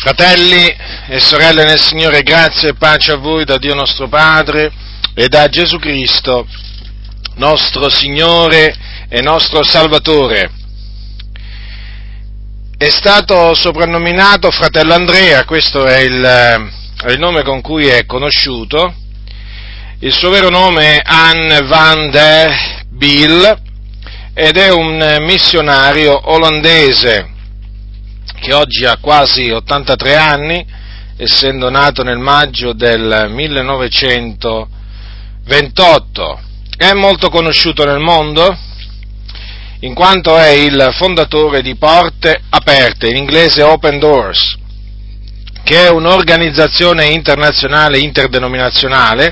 Fratelli e sorelle nel Signore, grazia e pace a voi da Dio nostro Padre e da Gesù Cristo, nostro Signore e nostro Salvatore. È stato soprannominato fratello Andrea, questo è il nome con cui è conosciuto. Il suo vero nome è Anne van der Bijl ed è un missionario olandese che oggi ha quasi 83 anni, essendo nato nel maggio del 1928. È molto conosciuto nel mondo, in quanto è il fondatore di Porte Aperte, in inglese Open Doors, che è un'organizzazione internazionale interdenominazionale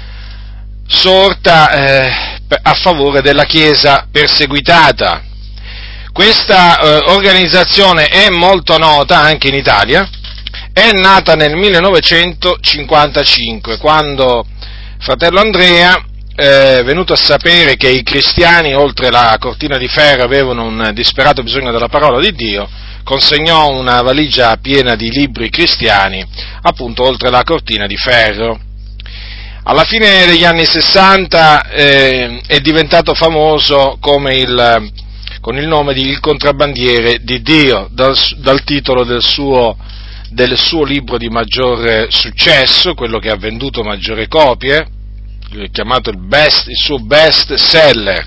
sorta a favore della Chiesa perseguitata. Questa organizzazione è molto nota anche in Italia, è nata nel 1955, quando fratello Andrea, venuto a sapere che i cristiani oltre la cortina di ferro avevano un disperato bisogno della parola di Dio, consegnò una valigia piena di libri cristiani, appunto oltre la cortina di ferro. Alla fine degli anni 60 è diventato famoso con il nome di Il contrabbandiere di Dio, dal titolo del suo libro di maggior successo, quello che ha venduto maggiori copie, chiamato il suo best seller,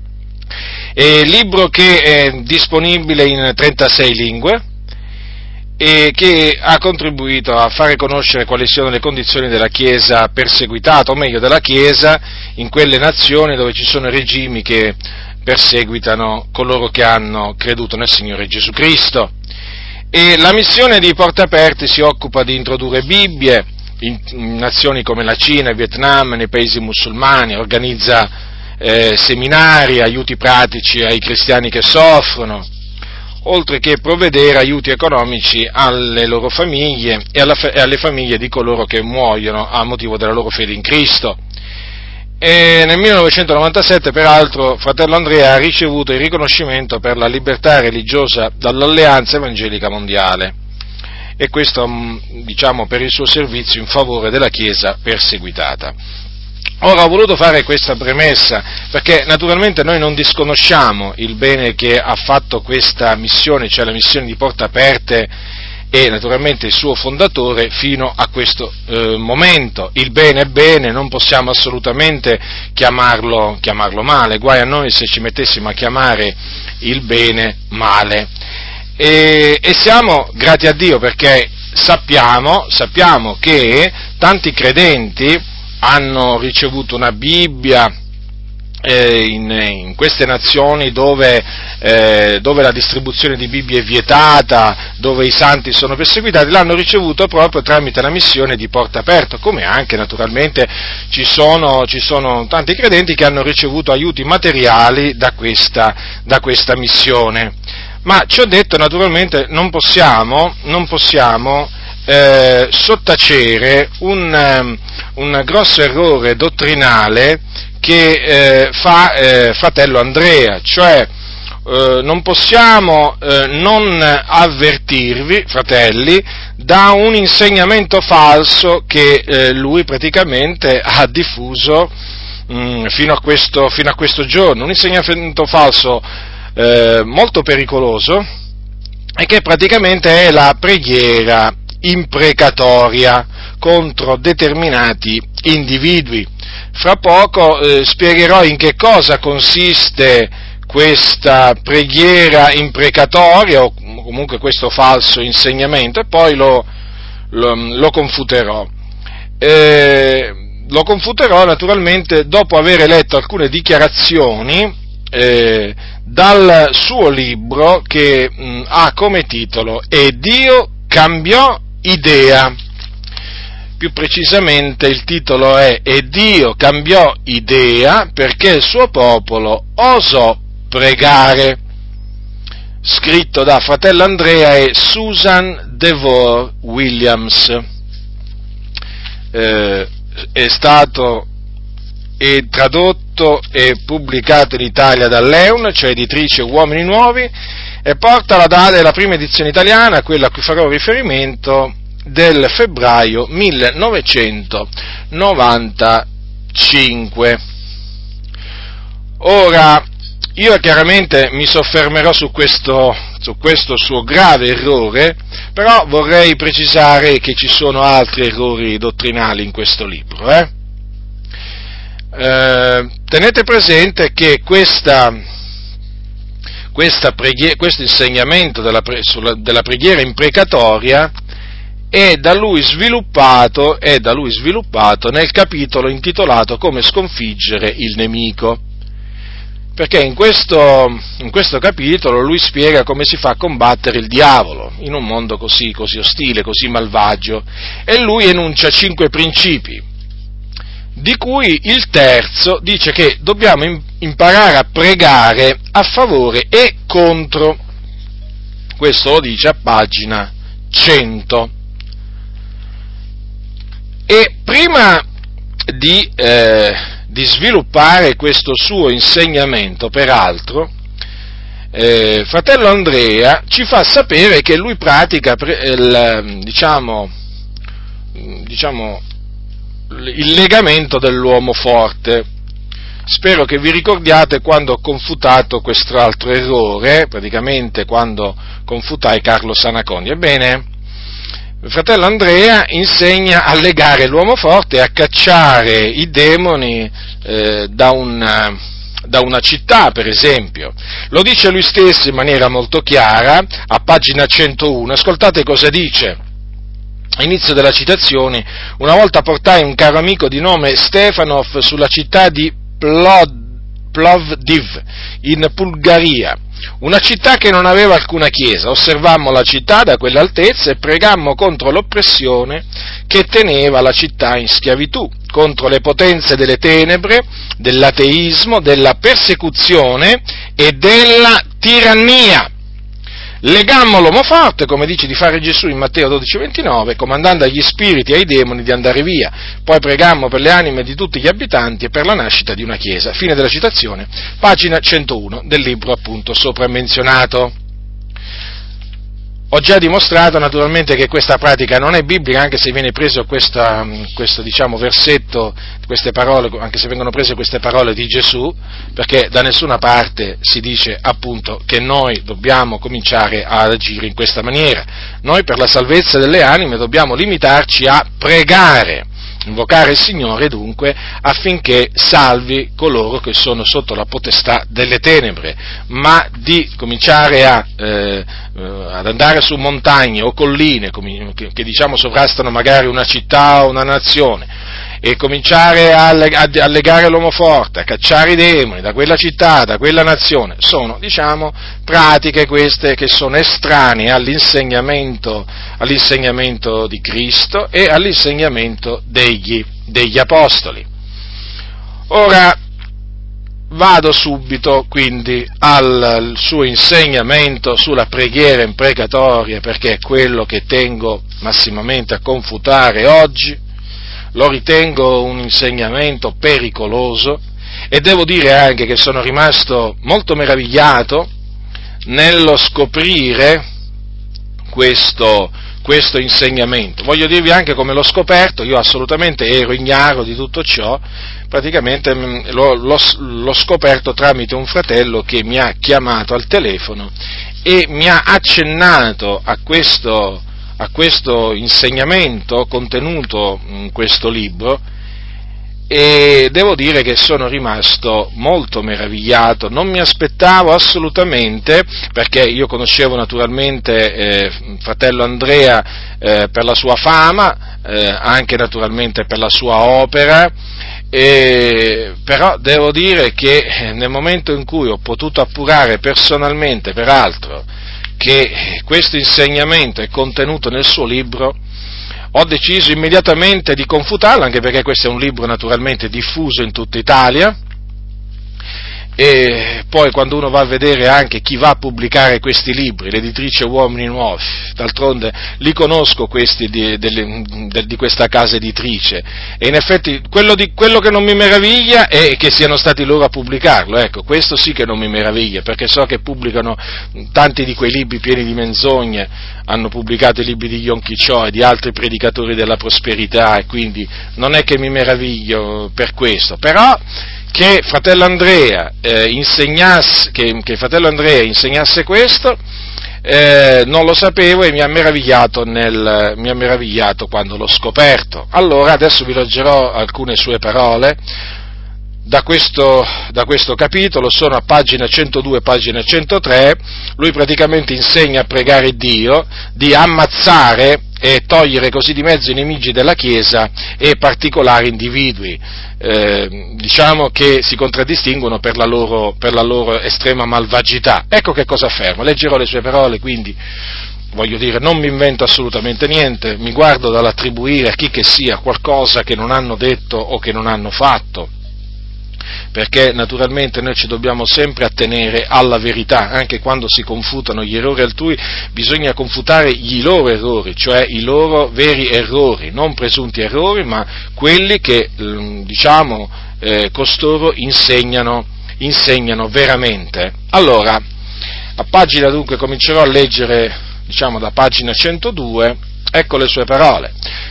libro che è disponibile in 36 lingue e che ha contribuito a fare conoscere quali siano le condizioni della Chiesa perseguitata, o meglio della Chiesa in quelle nazioni dove ci sono regimi che perseguitano coloro che hanno creduto nel Signore Gesù Cristo. E la missione di Porte Aperte si occupa di introdurre Bibbie in nazioni come la Cina, il Vietnam, nei paesi musulmani, organizza seminari, aiuti pratici ai cristiani che soffrono, oltre che provvedere aiuti economici alle loro famiglie e alle famiglie di coloro che muoiono a motivo della loro fede in Cristo. E nel 1997, peraltro, fratello Andrea ha ricevuto il riconoscimento per la libertà religiosa dall'Alleanza Evangelica Mondiale, e questo, per il suo servizio in favore della Chiesa perseguitata. Ora, ho voluto fare questa premessa perché naturalmente noi non disconosciamo il bene che ha fatto questa missione, cioè la missione di Porte Aperte, e naturalmente il suo fondatore fino a questo momento. Il bene è bene, non possiamo assolutamente chiamarlo male, guai a noi se ci mettessimo a chiamare il bene male. E siamo grati a Dio perché sappiamo che tanti credenti hanno ricevuto una Bibbia in queste nazioni dove la distribuzione di Bibbie è vietata, dove i santi sono perseguitati, l'hanno ricevuto proprio tramite la missione di Porte Aperte, come anche naturalmente ci sono tanti credenti che hanno ricevuto aiuti materiali da questa missione. Ma ciò detto, naturalmente non possiamo sottacere un grosso errore dottrinale che fa fratello Andrea, cioè non possiamo non avvertirvi, fratelli, da un insegnamento falso che lui praticamente ha diffuso fino a questo giorno, un insegnamento falso molto pericoloso, e che praticamente è la preghiera imprecatoria contro determinati individui. Fra poco spiegherò in che cosa consiste questa preghiera imprecatoria, o comunque questo falso insegnamento, e poi lo confuterò. Lo confuterò naturalmente dopo aver letto alcune dichiarazioni dal suo libro che ha come titolo "E Dio cambiò idea". Più precisamente il titolo è "E Dio cambiò idea perché il suo popolo osò pregare", scritto da fratello Andrea e Susan DeVore Williams. È stato tradotto e pubblicato in Italia dall'Eun, cioè editrice Uomini Nuovi, e porta la data della prima edizione italiana, quella a cui farò riferimento, del febbraio 1995. Ora, io chiaramente mi soffermerò su questo suo grave errore, però vorrei precisare che ci sono altri errori dottrinali in questo libro. Tenete presente che questo insegnamento della preghiera imprecatoria è da lui sviluppato nel capitolo intitolato Come sconfiggere il nemico. Perché in questo capitolo lui spiega come si fa a combattere il diavolo in un mondo così ostile, così malvagio, e lui enuncia 5 principi, di cui il terzo dice che dobbiamo imparare a pregare a favore e contro. Questo lo dice a pagina 100. E prima di sviluppare questo suo insegnamento, peraltro, fratello Andrea ci fa sapere che lui pratica il legamento dell'uomo forte. Spero che vi ricordiate quando ho confutato quest'altro errore, praticamente quando confutai Carlo Sanacondi. Ebbene, fratello Andrea insegna a legare l'uomo forte e a cacciare i demoni da una città, per esempio. Lo dice lui stesso in maniera molto chiara, a pagina 101. Ascoltate cosa dice. Inizio della citazione: una volta portai un caro amico di nome Stefanov sulla città di Plovdiv, in Bulgaria, una città che non aveva alcuna chiesa. Osservammo la città da quell'altezza e pregammo contro l'oppressione che teneva la città in schiavitù, contro le potenze delle tenebre, dell'ateismo, della persecuzione e della tirannia. Legammo l'uomo forte, come dice di fare Gesù in Matteo 12,29, comandando agli spiriti e ai demoni di andare via. Poi pregammo per le anime di tutti gli abitanti e per la nascita di una chiesa. Fine della citazione, pagina 101 del libro appunto sopra menzionato. Ho già dimostrato naturalmente che questa pratica non è biblica, anche se viene preso questo versetto, queste parole, anche se vengono prese queste parole di Gesù, perché da nessuna parte si dice appunto che noi dobbiamo cominciare ad agire in questa maniera. Noi per la salvezza delle anime dobbiamo limitarci a pregare, invocare il Signore dunque affinché salvi coloro che sono sotto la potestà delle tenebre, ma di cominciare ad andare su montagne o colline che sovrastano magari una città o una nazione e cominciare a legare l'uomo forte, a cacciare i demoni da quella città, da quella nazione, sono pratiche queste che sono estranee all'insegnamento di Cristo e all'insegnamento degli apostoli. Ora vado subito quindi al suo insegnamento sulla preghiera imprecatoria, perché è quello che tengo massimamente a confutare oggi. Lo ritengo un insegnamento pericoloso e devo dire anche che sono rimasto molto meravigliato nello scoprire questo insegnamento. Voglio dirvi anche come l'ho scoperto. Io assolutamente ero ignaro di tutto ciò, praticamente l'ho scoperto tramite un fratello che mi ha chiamato al telefono e mi ha accennato a questo insegnamento contenuto in questo libro, e devo dire che sono rimasto molto meravigliato. Non mi aspettavo assolutamente, perché io conoscevo naturalmente fratello Andrea per la sua fama, anche naturalmente per la sua opera, però devo dire che nel momento in cui ho potuto appurare personalmente, peraltro, che questo insegnamento è contenuto nel suo libro, ho deciso immediatamente di confutarlo, anche perché questo è un libro naturalmente diffuso in tutta Italia, E poi quando uno va a vedere anche chi va a pubblicare questi libri, l'editrice Uomini Nuovi, d'altronde li conosco questi di questa casa editrice, e in effetti quello che non mi meraviglia è che siano stati loro a pubblicarlo, ecco, questo sì che non mi meraviglia, perché so che pubblicano tanti di quei libri pieni di menzogne, hanno pubblicato i libri di Yonki Cho e di altri predicatori della prosperità, e quindi non è che mi meraviglio per questo, però che fratello Andrea insegnasse questo, non lo sapevo e mi ha meravigliato quando l'ho scoperto. Allora adesso vi leggerò alcune sue parole da questo capitolo, sono a pagina 102 e pagina 103. Lui praticamente insegna a pregare Dio di ammazzare e togliere così di mezzo i nemici della Chiesa e particolari individui, diciamo che si contraddistinguono per la loro estrema malvagità. Ecco che cosa afferma, leggerò le sue parole, quindi voglio dire, non mi invento assolutamente niente, mi guardo dall'attribuire a chi che sia qualcosa che non hanno detto o che non hanno fatto, perché naturalmente noi ci dobbiamo sempre attenere alla verità, anche quando si confutano gli errori altrui, bisogna confutare i loro errori, cioè i loro veri errori, non presunti errori, ma quelli che, costoro insegnano veramente. Allora, dunque comincerò a leggere, da pagina 102, ecco le sue parole.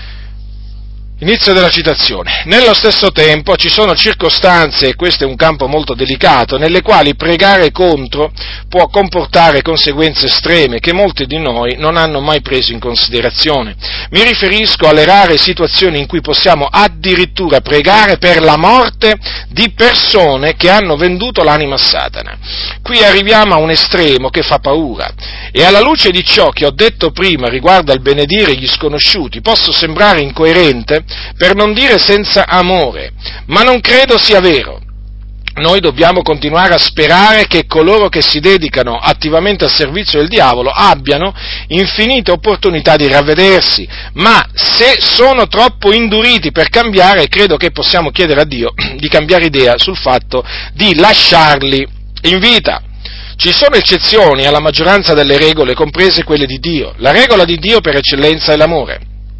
Inizio della citazione. Nello stesso tempo ci sono circostanze, e questo è un campo molto delicato, nelle quali pregare contro può comportare conseguenze estreme che molti di noi non hanno mai preso in considerazione. Mi riferisco alle rare situazioni in cui possiamo addirittura pregare per la morte di persone che hanno venduto l'anima a Satana. Qui arriviamo a un estremo che fa paura, e alla luce di ciò che ho detto prima riguardo al benedire gli sconosciuti, posso sembrare incoerente, per non dire senza amore, ma non credo sia vero. Noi dobbiamo continuare a sperare che coloro che si dedicano attivamente al servizio del diavolo abbiano infinite opportunità di ravvedersi, ma se sono troppo induriti per cambiare, credo che possiamo chiedere a Dio di cambiare idea sul fatto di lasciarli in vita. Ci sono eccezioni alla maggioranza delle regole, comprese quelle di Dio. La regola di Dio per eccellenza è l'amore.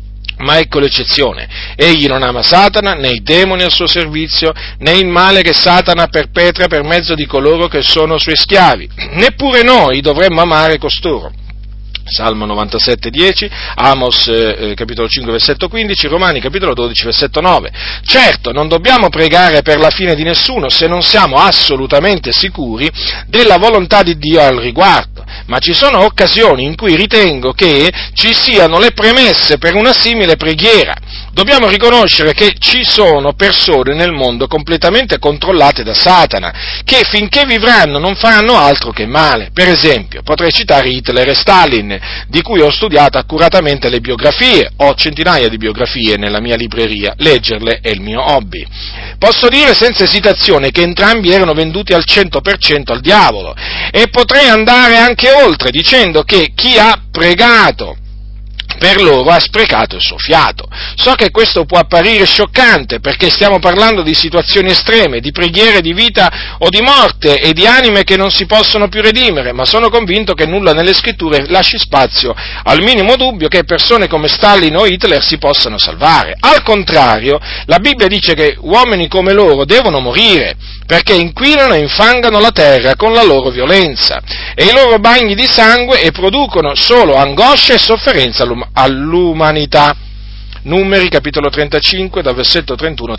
Ma ecco l'eccezione: egli non ama Satana, né i demoni al suo servizio, né il male che Satana perpetra per mezzo di coloro che sono suoi schiavi. Neppure noi dovremmo amare costoro. Salmo 97,10, Amos capitolo 5 versetto 15, Romani capitolo 12 versetto 9. Certo, non dobbiamo pregare per la fine di nessuno se non siamo assolutamente sicuri della volontà di Dio al riguardo, ma ci sono occasioni in cui ritengo che ci siano le premesse per una simile preghiera. Dobbiamo riconoscere che ci sono persone nel mondo completamente controllate da Satana, che finché vivranno non faranno altro che male. Per esempio, potrei citare Hitler e Stalin, di cui ho studiato accuratamente le biografie, ho centinaia di biografie nella mia libreria, leggerle è il mio hobby. Posso dire senza esitazione che entrambi erano venduti al 100% al diavolo, e potrei andare anche oltre dicendo che chi ha pregato per loro ha sprecato il suo fiato. So che questo può apparire scioccante, perché stiamo parlando di situazioni estreme, di preghiere di vita o di morte e di anime che non si possono più redimere, ma sono convinto che nulla nelle scritture lasci spazio al minimo dubbio che persone come Stalin o Hitler si possano salvare. Al contrario, la Bibbia dice che uomini come loro devono morire, perché inquinano e infangano la terra con la loro violenza e i loro bagni di sangue, e producono solo angoscia e sofferenza all'umanità. Numeri capitolo 35 dal versetto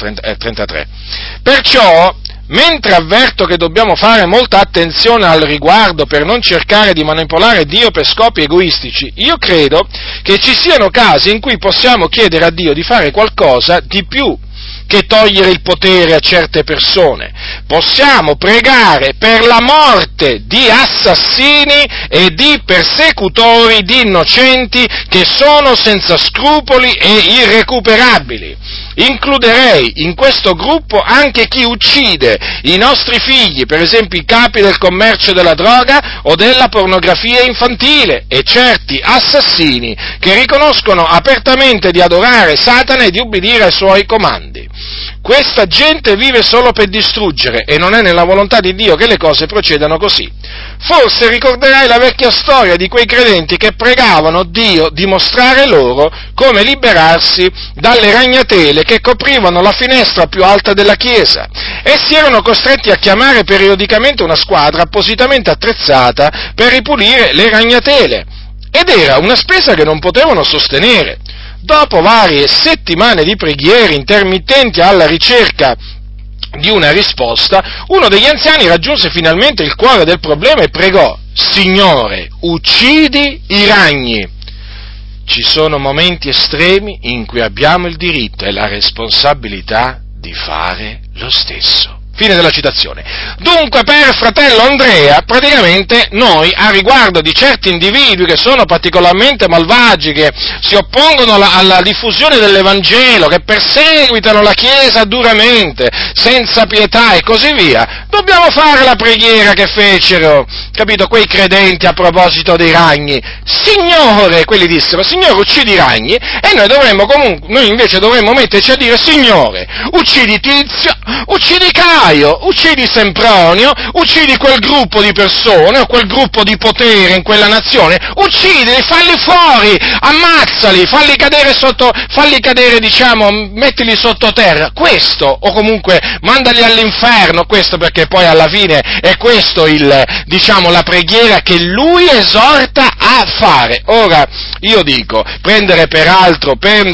31-33. Perciò, mentre avverto che dobbiamo fare molta attenzione al riguardo per non cercare di manipolare Dio per scopi egoistici, io credo che ci siano casi in cui possiamo chiedere a Dio di fare qualcosa di più che togliere il potere a certe persone. Possiamo pregare per la morte di assassini e di persecutori di innocenti che sono senza scrupoli e irrecuperabili. Includerei in questo gruppo anche chi uccide i nostri figli, per esempio i capi del commercio della droga o della pornografia infantile, e certi assassini che riconoscono apertamente di adorare Satana e di ubbidire ai suoi comandi. Questa gente vive solo per distruggere e non è nella volontà di Dio che le cose procedano così. Forse ricorderai la vecchia storia di quei credenti che pregavano Dio di mostrare loro come liberarsi dalle ragnatele che coprivano la finestra più alta della chiesa. Essi erano costretti a chiamare periodicamente una squadra appositamente attrezzata per ripulire le ragnatele ed era una spesa che non potevano sostenere. Dopo varie settimane di preghiere intermittenti alla ricerca di una risposta, uno degli anziani raggiunse finalmente il cuore del problema e pregò: Signore, uccidi i ragni. Ci sono momenti estremi in cui abbiamo il diritto e la responsabilità di fare lo stesso. Fine della citazione. Dunque, per fratello Andrea, praticamente noi, a riguardo di certi individui che sono particolarmente malvagi, che si oppongono alla diffusione dell'Evangelo, che perseguitano la Chiesa duramente, senza pietà e così via, dobbiamo fare la preghiera che fecero, capito, quei credenti a proposito dei ragni. Signore, quelli dissero, Signore, uccidi i ragni, e noi invece dovremmo metterci a dire: Signore, uccidi Tizio, uccidi Caio, uccidi Sempronio, uccidi quel gruppo di persone o quel gruppo di potere in quella nazione, uccidili, falli fuori, ammazzali, falli cadere, diciamo, mettili sottoterra, questo, o comunque mandali all'inferno, questo perché poi alla fine è questo la preghiera che lui esorta a fare. Ora, io dico, prendere peraltro,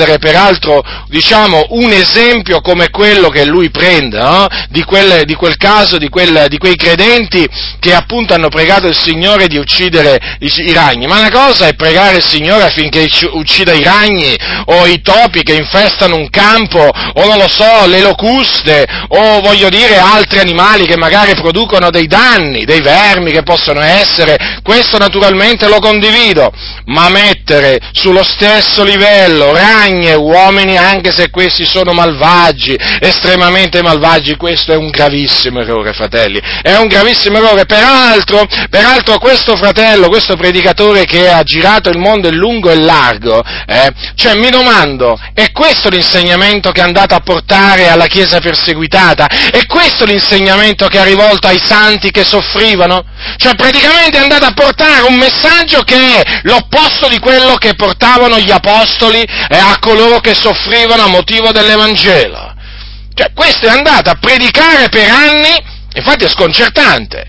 diciamo, un esempio come quello che lui prende, no? Di quel caso, di quei credenti che appunto hanno pregato il Signore di uccidere i ragni. Ma una cosa è pregare il Signore affinché uccida i ragni, o i topi che infestano un campo, o non lo so, le locuste, o voglio dire altri animali che magari producono dei danni, dei vermi che possono essere, questo naturalmente lo condivido, ma mettere sullo stesso livello ragni e uomini, anche se questi sono malvagi, estremamente malvagi, questo è un gravissimo errore, fratelli, è un gravissimo errore. Peraltro questo fratello, questo predicatore che ha girato il mondo in lungo e largo, cioè mi domando, è questo l'insegnamento che è andato a portare alla Chiesa perseguitata? È questo l'insegnamento che ha rivolto ai santi che soffrivano? Cioè praticamente è andato a portare un messaggio che è l'opposto di quello che portavano gli apostoli a coloro che soffrivano a motivo dell'Evangelo. Cioè, questo è andato a predicare per anni, infatti è sconcertante,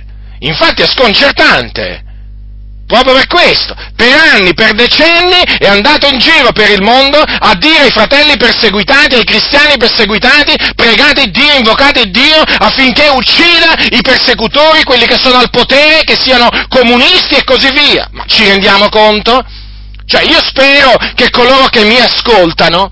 proprio per questo, per anni, per decenni, è andato in giro per il mondo a dire ai fratelli perseguitati, ai cristiani perseguitati: pregate Dio, invocate Dio affinché uccida i persecutori, quelli che sono al potere, che siano comunisti e così via. Ma ci rendiamo conto? Cioè, io spero che coloro che mi ascoltano,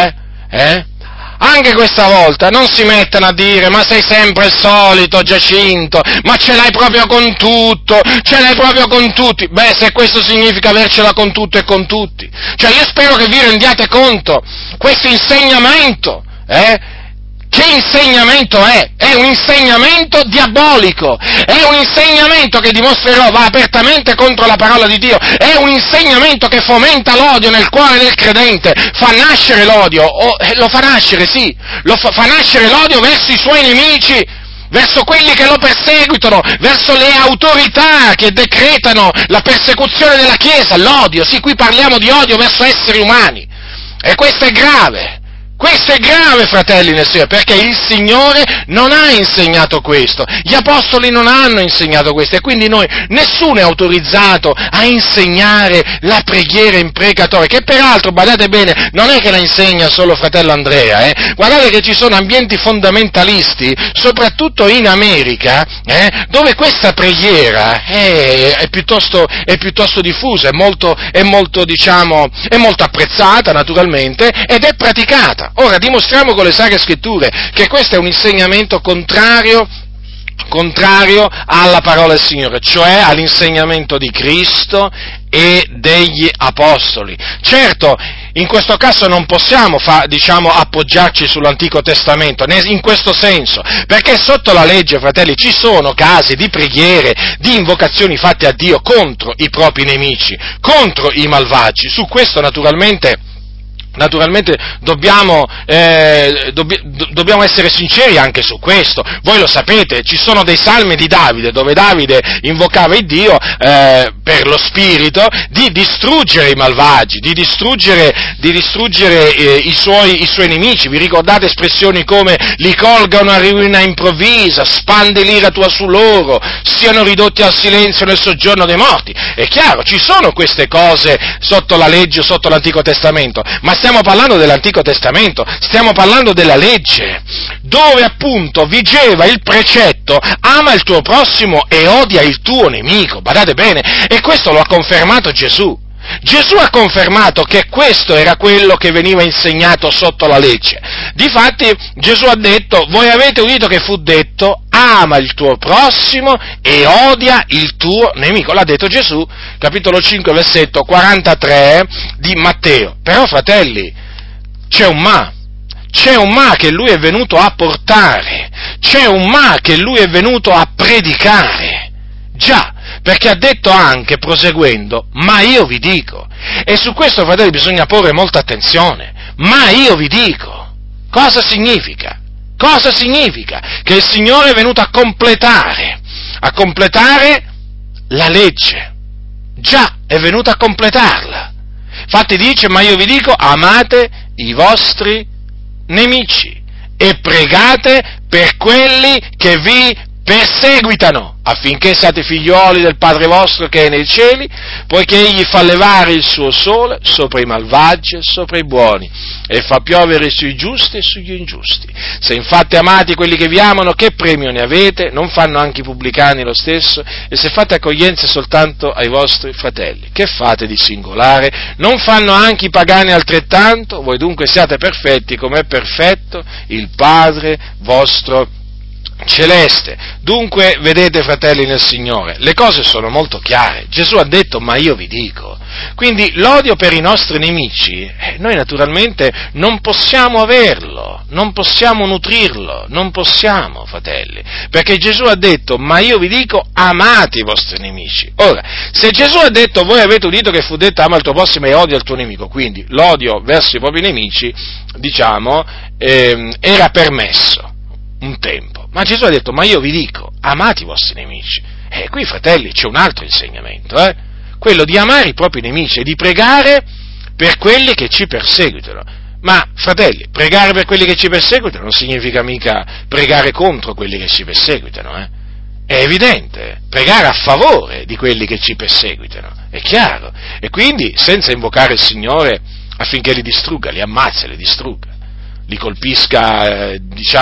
anche questa volta non si mettano a dire: ma sei sempre il solito Giacinto, ma ce l'hai proprio con tutto, ce l'hai proprio con tutti. Beh, se questo significa avercela con tutto e con tutti. Cioè, io spero che vi rendiate conto, questo insegnamento, che insegnamento è? È un insegnamento diabolico, è un insegnamento che dimostrerò va apertamente contro la parola di Dio, è un insegnamento che fomenta l'odio nel cuore del credente, fa nascere l'odio, lo fa nascere, sì, fa nascere l'odio verso i suoi nemici, verso quelli che lo perseguitano, verso le autorità che decretano la persecuzione della Chiesa, l'odio, sì, qui parliamo di odio verso esseri umani, e questo è grave. Questo è grave, fratelli nel Signore, perché il Signore non ha insegnato questo, gli apostoli non hanno insegnato questo, e quindi nessuno è autorizzato a insegnare la preghiera imprecatoria, che peraltro, badate bene, non è che la insegna solo fratello Andrea, guardate che ci sono ambienti fondamentalisti, soprattutto in America, dove questa preghiera è piuttosto diffusa, è molto apprezzata naturalmente, ed è praticata. Ora, dimostriamo con le Sacre Scritture che questo è un insegnamento contrario alla parola del Signore, cioè all'insegnamento di Cristo e degli Apostoli. Certo, in questo caso non possiamo appoggiarci sull'Antico Testamento, in questo senso, perché sotto la legge, fratelli, ci sono casi di preghiere, di invocazioni fatte a Dio contro i propri nemici, contro i malvagi. Su questo naturalmente Naturalmente dobbiamo essere sinceri anche su questo. Voi lo sapete, ci sono dei salmi di Davide dove Davide invocava il Dio per lo spirito di distruggere i malvagi, di distruggere i suoi nemici. Vi ricordate espressioni come li colga una ruina improvvisa, spande l'ira tua su loro, siano ridotti al silenzio nel soggiorno dei morti. È chiaro, ci sono queste cose sotto la legge, sotto l'Antico Testamento, ma stiamo parlando dell'Antico Testamento, stiamo parlando della legge, dove appunto vigeva il precetto ama il tuo prossimo e odia il tuo nemico, badate bene, e questo lo ha confermato Gesù. Gesù ha confermato che questo era quello che veniva insegnato sotto la legge. Difatti Gesù ha detto, voi avete udito che fu detto, ama il tuo prossimo e odia il tuo nemico. L'ha detto Gesù, capitolo 5, versetto 43 di Matteo. Però, fratelli, c'è un ma che lui è venuto a portare, c'è un ma che lui è venuto a predicare. Già, perché ha detto anche, proseguendo, ma io vi dico, e su questo, fratelli, bisogna porre molta attenzione, ma io vi dico, cosa significa? Cosa significa? Che il Signore è venuto a completare la legge, già, è venuto a completarla, infatti dice, ma io vi dico, amate i vostri nemici e pregate per quelli che vi perseguitano, affinché siate figlioli del Padre vostro che è nei cieli, poiché egli fa levare il suo sole sopra i malvagi e sopra i buoni, e fa piovere sui giusti e sugli ingiusti. Se infatti amate quelli che vi amano, che premio ne avete? Non fanno anche i pubblicani lo stesso? E se fate accoglienza soltanto ai vostri fratelli, che fate di singolare? Non fanno anche i pagani altrettanto? Voi dunque siate perfetti come è perfetto il Padre vostro celeste. Dunque, vedete, fratelli nel Signore, le cose sono molto chiare. Gesù ha detto, ma io vi dico. Quindi l'odio per i nostri nemici, noi naturalmente non possiamo averlo, non possiamo nutrirlo, non possiamo, fratelli, perché Gesù ha detto, ma io vi dico, amate i vostri nemici. Ora, se Gesù ha detto, voi avete udito che fu detto, ama il tuo prossimo e odia il tuo nemico, quindi l'odio verso i propri nemici, diciamo, era permesso un tempo. Ma Gesù ha detto, ma io vi dico, amate i vostri nemici. E qui, fratelli, c'è un altro insegnamento, quello di amare i propri nemici e di pregare per quelli che ci perseguitano. Ma, fratelli, pregare per quelli che ci perseguitano non significa mica pregare contro quelli che ci perseguitano, È evidente, pregare a favore di quelli che ci perseguitano, è chiaro. E quindi, senza invocare il Signore affinché li distrugga, li ammazzi, li distrugga, li colpisca,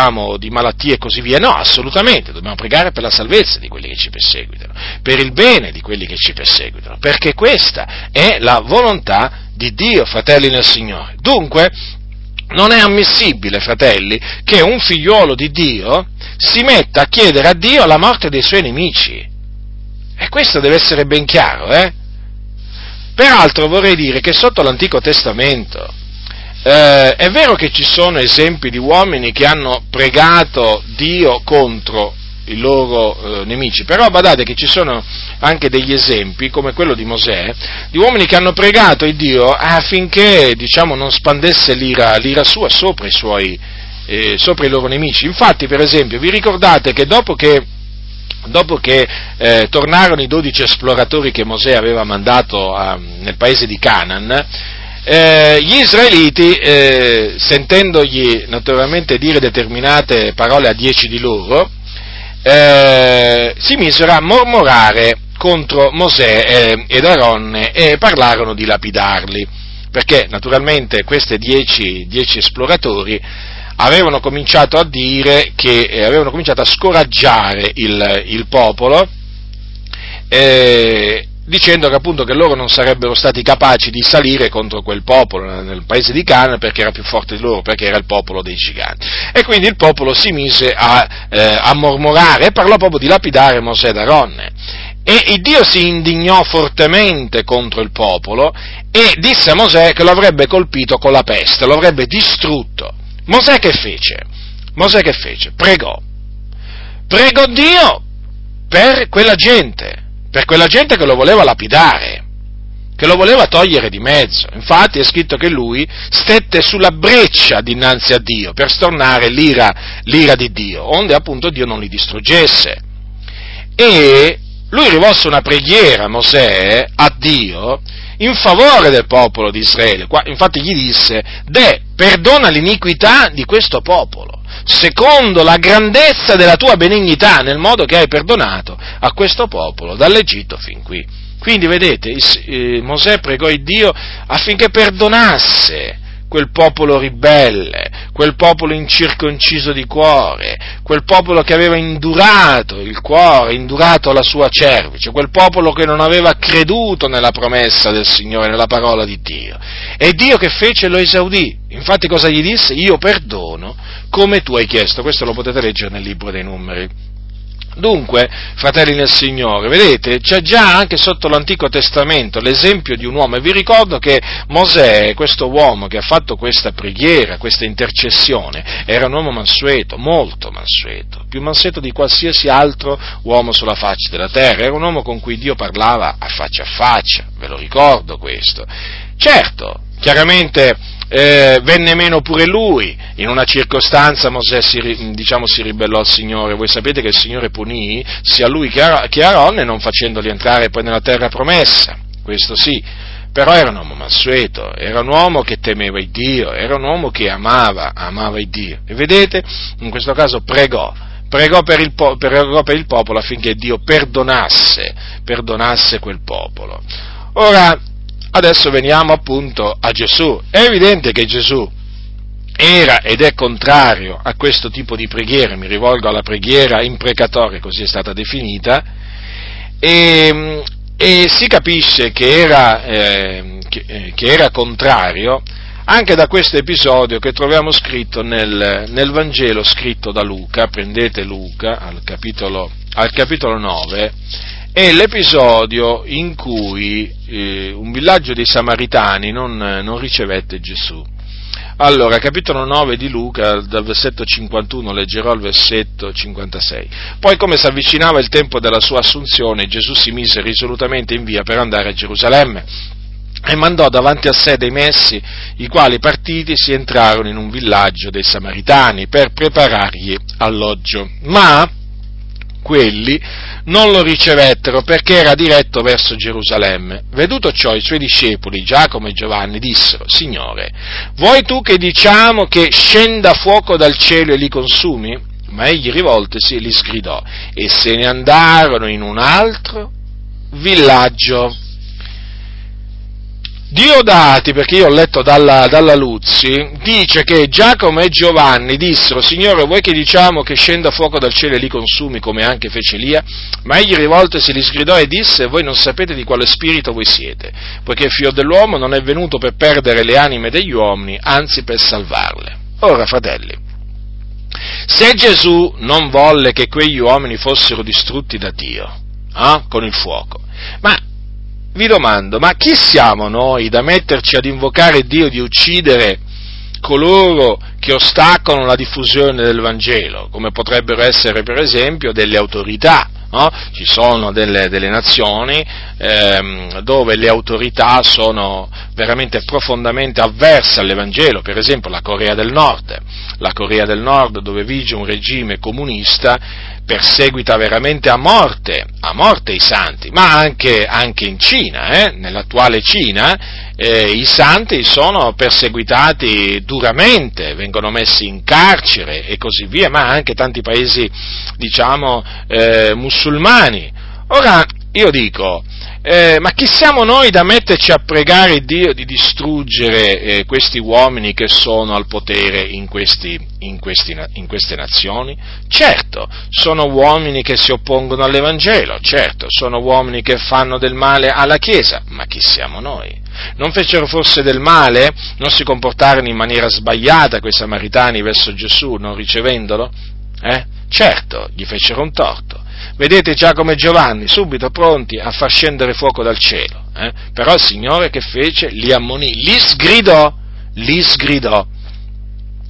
di malattie e così via. No, assolutamente, dobbiamo pregare per la salvezza di quelli che ci perseguitano, per il bene di quelli che ci perseguitano, perché questa è la volontà di Dio, fratelli nel Signore. Dunque, non è ammissibile, fratelli, che un figliuolo di Dio si metta a chiedere a Dio la morte dei suoi nemici. E questo deve essere ben chiaro, Peraltro vorrei dire che sotto l'Antico Testamento è vero che ci sono esempi di uomini che hanno pregato Dio contro i loro nemici, però badate che ci sono anche degli esempi, come quello di Mosè, di uomini che hanno pregato il Dio affinché, non spandesse l'ira sua sopra i loro nemici. Infatti, per esempio, vi ricordate che dopo che tornarono i 12 esploratori che Mosè aveva mandato nel paese di Canaan, gli israeliti, sentendogli naturalmente dire determinate parole a 10 di loro, si misero a mormorare contro Mosè ed Aronne e parlarono di lapidarli, perché naturalmente questi 10 esploratori avevano cominciato a dire che avevano cominciato a scoraggiare il popolo, dicendo che appunto che loro non sarebbero stati capaci di salire contro quel popolo nel paese di Canaan perché era più forte di loro, perché era il popolo dei giganti. E quindi il popolo si mise a mormorare e parlò proprio di lapidare Mosè ed Aronne. E il Dio si indignò fortemente contro il popolo e disse a Mosè che lo avrebbe colpito con la peste, lo avrebbe distrutto. Mosè che fece? Pregò Dio per quella gente che lo voleva lapidare. che lo voleva togliere di mezzo. Infatti è scritto che lui stette sulla breccia dinanzi a Dio per stornare l'ira di Dio, onde appunto Dio non li distruggesse. E lui rivolse una preghiera, Mosè, a Dio in favore del popolo di Israele. Infatti gli disse: perdona l'iniquità di questo popolo, secondo la grandezza della tua benignità, nel modo che hai perdonato a questo popolo dall'Egitto fin qui. Quindi vedete, Mosè pregò il Dio affinché perdonasse quel popolo ribelle, quel popolo incirconciso di cuore, quel popolo che aveva indurato il cuore, indurato la sua cervice, quel popolo che non aveva creduto nella promessa del Signore, nella parola di Dio. E Dio che fece? Lo esaudì. Infatti cosa gli disse? Io perdono come tu hai chiesto. Questo lo potete leggere nel libro dei Numeri. Dunque, fratelli nel Signore, vedete, c'è già anche sotto l'Antico Testamento l'esempio di un uomo, e vi ricordo che Mosè, questo uomo che ha fatto questa preghiera, questa intercessione, era un uomo mansueto, molto mansueto, più mansueto di qualsiasi altro uomo sulla faccia della terra, era un uomo con cui Dio parlava a faccia, ve lo ricordo questo. Certo, chiaramente venne meno pure lui, in una circostanza Mosè si ribellò al Signore. Voi sapete che il Signore punì sia lui che Aaron, non facendoli entrare poi nella terra promessa, questo sì, però era un uomo mansueto, era un uomo che temeva il Dio, era un uomo che amava il Dio, e vedete, in questo caso pregò per il popolo affinché Dio perdonasse quel popolo. Ora, adesso veniamo appunto a Gesù. È evidente che Gesù era ed è contrario a questo tipo di preghiera, mi rivolgo alla preghiera imprecatoria, così è stata definita, e si capisce che era contrario anche da questo episodio che troviamo scritto nel Vangelo scritto da Luca. Prendete Luca al capitolo 9, è l'episodio in cui un villaggio dei Samaritani non ricevette Gesù. Allora, capitolo 9 di Luca, dal versetto 51 leggerò al versetto 56. Poi, come si avvicinava il tempo della sua assunzione, Gesù si mise risolutamente in via per andare a Gerusalemme e mandò davanti a sé dei messi, i quali partiti si entrarono in un villaggio dei Samaritani per preparargli alloggio. Ma quelli non lo ricevettero perché era diretto verso Gerusalemme. Veduto ciò, i suoi discepoli, Giacomo e Giovanni, dissero: Signore, vuoi tu che diciamo che scenda fuoco dal cielo e li consumi? Ma egli rivoltosi li sgridò e se ne andarono in un altro villaggio. Diodati, perché io ho letto dalla Luzzi, dice che Giacomo e Giovanni dissero: Signore, vuoi che diciamo che scenda fuoco dal cielo e li consumi, come anche fece Elia? Ma egli rivoltosi li sgridò e disse: voi non sapete di quale spirito voi siete, poiché il Figlio dell'uomo non è venuto per perdere le anime degli uomini, anzi per salvarle. Ora, fratelli, se Gesù non volle che quegli uomini fossero distrutti da Dio, con il fuoco, ma vi domando, ma chi siamo noi da metterci ad invocare Dio di uccidere coloro che ostacolano la diffusione del Vangelo, come potrebbero essere per esempio delle autorità? No? Ci sono delle nazioni dove le autorità sono veramente profondamente avverse all'Evangelo, per esempio la Corea del Nord, dove vige un regime comunista, perseguita veramente a morte i santi, ma anche in Cina, nell'attuale Cina, i santi sono perseguitati duramente, vengono messi in carcere e così via, ma anche tanti paesi, musulmani. Ora, io dico, ma chi siamo noi da metterci a pregare Dio di distruggere questi uomini che sono al potere in queste nazioni? Certo, sono uomini che si oppongono all'Evangelo, certo, sono uomini che fanno del male alla Chiesa, ma chi siamo noi? Non fecero forse del male? Non si comportarono in maniera sbagliata quei Samaritani verso Gesù, non ricevendolo? Certo, gli fecero un torto. Vedete Giacomo e Giovanni subito pronti a far scendere fuoco dal cielo, però il Signore che fece? Li ammonì, li sgridò.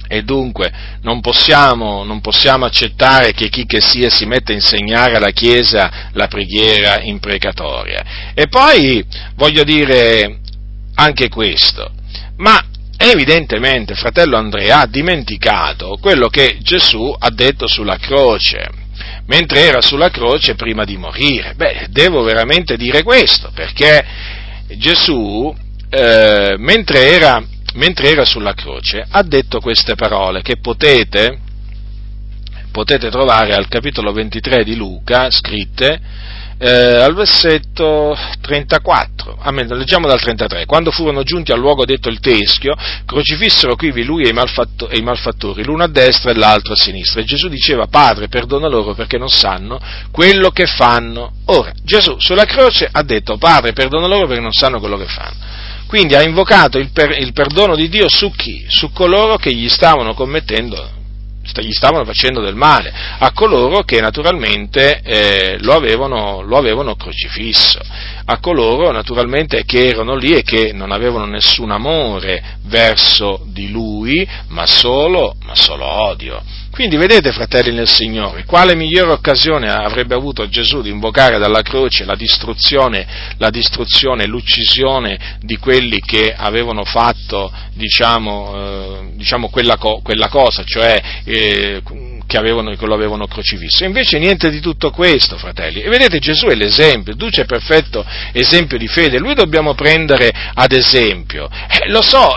E dunque non possiamo accettare che chi che sia si metta a insegnare alla Chiesa la preghiera imprecatoria. E poi voglio dire anche questo, ma evidentemente fratello Andrea ha dimenticato quello che Gesù ha detto sulla croce, mentre era sulla croce prima di morire. Devo veramente dire questo, perché Gesù, mentre era sulla croce, ha detto queste parole che potete trovare al capitolo 23 di Luca, scritte al versetto 34, leggiamo dal 33. Quando furono giunti al luogo detto il Teschio, crocifissero quivi lui e i malfattori, l'uno a destra e l'altro a sinistra. E Gesù diceva: Padre, perdona loro perché non sanno quello che fanno. Ora, Gesù sulla croce ha detto: Padre, perdona loro perché non sanno quello che fanno. Quindi ha invocato il perdono di Dio su chi? Su coloro che gli stavano facendo del male, a coloro che naturalmente lo avevano crocifisso, a coloro naturalmente che erano lì e che non avevano nessun amore verso di lui, ma solo odio. Quindi vedete, fratelli nel Signore, quale migliore occasione avrebbe avuto Gesù di invocare dalla croce la distruzione, l'uccisione di quelli che avevano fatto, quella cosa, cioè che lo avevano crocifisso. Invece niente di tutto questo, fratelli. E vedete, Gesù è l'esempio, duce perfetto esempio di fede. Lui dobbiamo prendere ad esempio. Lo so,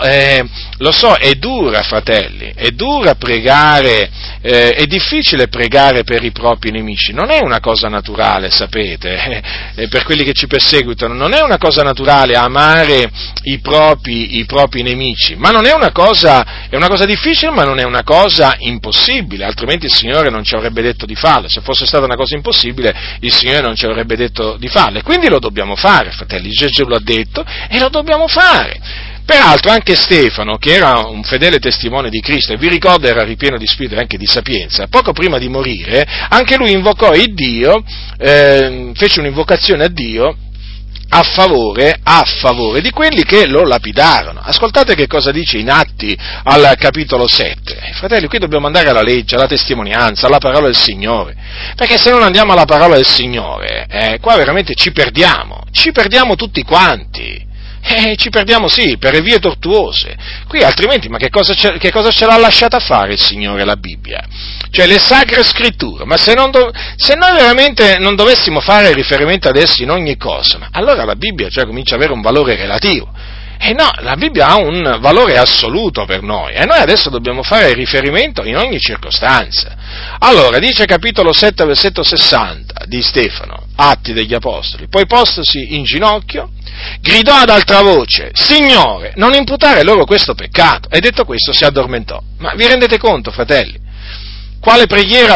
è dura, fratelli, è dura pregare, è difficile pregare per i propri nemici. Non è una cosa naturale, sapete, per quelli che ci perseguitano, non è una cosa naturale amare i propri nemici, ma non è una cosa difficile, ma non è una cosa impossibile, altrimenti il Signore non ci avrebbe detto di farlo. Se fosse stata una cosa impossibile, il Signore non ci avrebbe detto di farlo, e quindi lo dobbiamo fare, fratelli. Gesù l'ha detto e lo dobbiamo fare. Peraltro anche Stefano, che era un fedele testimone di Cristo, e vi ricordo era ripieno di spirito e anche di sapienza, poco prima di morire, anche lui invocò il Dio, fece un'invocazione a Dio a favore di quelli che lo lapidarono. Ascoltate che cosa dice in Atti al capitolo 7. Fratelli, qui dobbiamo andare alla legge, alla testimonianza, alla parola del Signore, perché se non andiamo alla parola del Signore, qua veramente ci perdiamo tutti quanti. Ci perdiamo, sì, per le vie tortuose. Qui altrimenti, ma che cosa ce l'ha lasciata fare il Signore, la Bibbia? Cioè le sacre scritture, ma se noi veramente non dovessimo fare riferimento ad essi in ogni cosa, ma allora la Bibbia comincia ad avere un valore relativo. No, la Bibbia ha un valore assoluto per noi, e noi adesso dobbiamo fare riferimento in ogni circostanza. Allora, dice capitolo 7, versetto 60 di Stefano, Atti degli Apostoli: poi postosi in ginocchio, gridò ad altra voce: Signore, non imputare loro questo peccato. E detto questo si addormentò. Ma vi rendete conto, fratelli, quale preghiera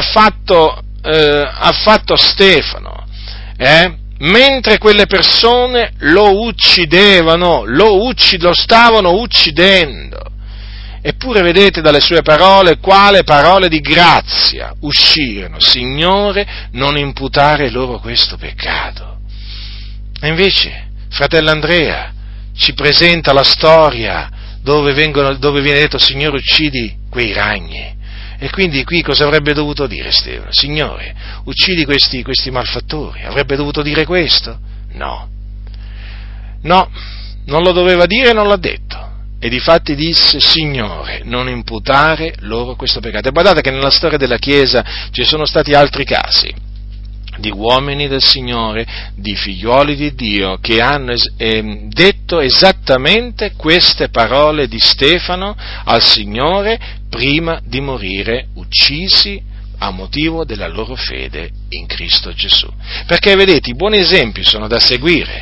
ha fatto Stefano? Mentre quelle persone lo uccidevano, lo stavano uccidendo. Eppure vedete dalle sue parole quale parole di grazia uscirono: Signore, non imputare loro questo peccato. E invece fratello Andrea ci presenta la storia dove viene detto: Signore, uccidi quei ragni. E quindi qui cosa avrebbe dovuto dire Stefano? Signore, uccidi questi malfattori. Avrebbe dovuto dire questo? No, non lo doveva dire e non l'ha detto. E difatti disse: Signore, non imputare loro questo peccato. E guardate che nella storia della Chiesa ci sono stati altri casi di uomini del Signore, di figliuoli di Dio, che hanno detto esattamente queste parole di Stefano al Signore prima di morire, uccisi a motivo della loro fede in Cristo Gesù. Perché vedete, i buoni esempi sono da seguire,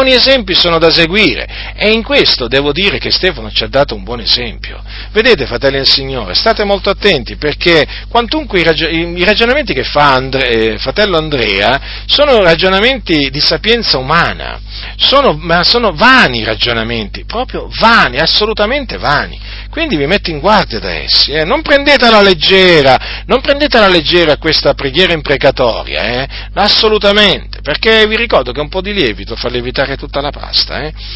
e in questo devo dire che Stefano ci ha dato un buon esempio. Vedete, fratelli del Signore, state molto attenti, perché quantunque i ragionamenti che fa fratello Andrea sono ragionamenti di sapienza umana, ma sono vani ragionamenti, proprio vani, assolutamente vani. Quindi vi metto in guardia da essi, non prendete alla leggera questa preghiera imprecatoria, assolutamente, perché vi ricordo che un po' di lievito fa lievitare tutta la pasta,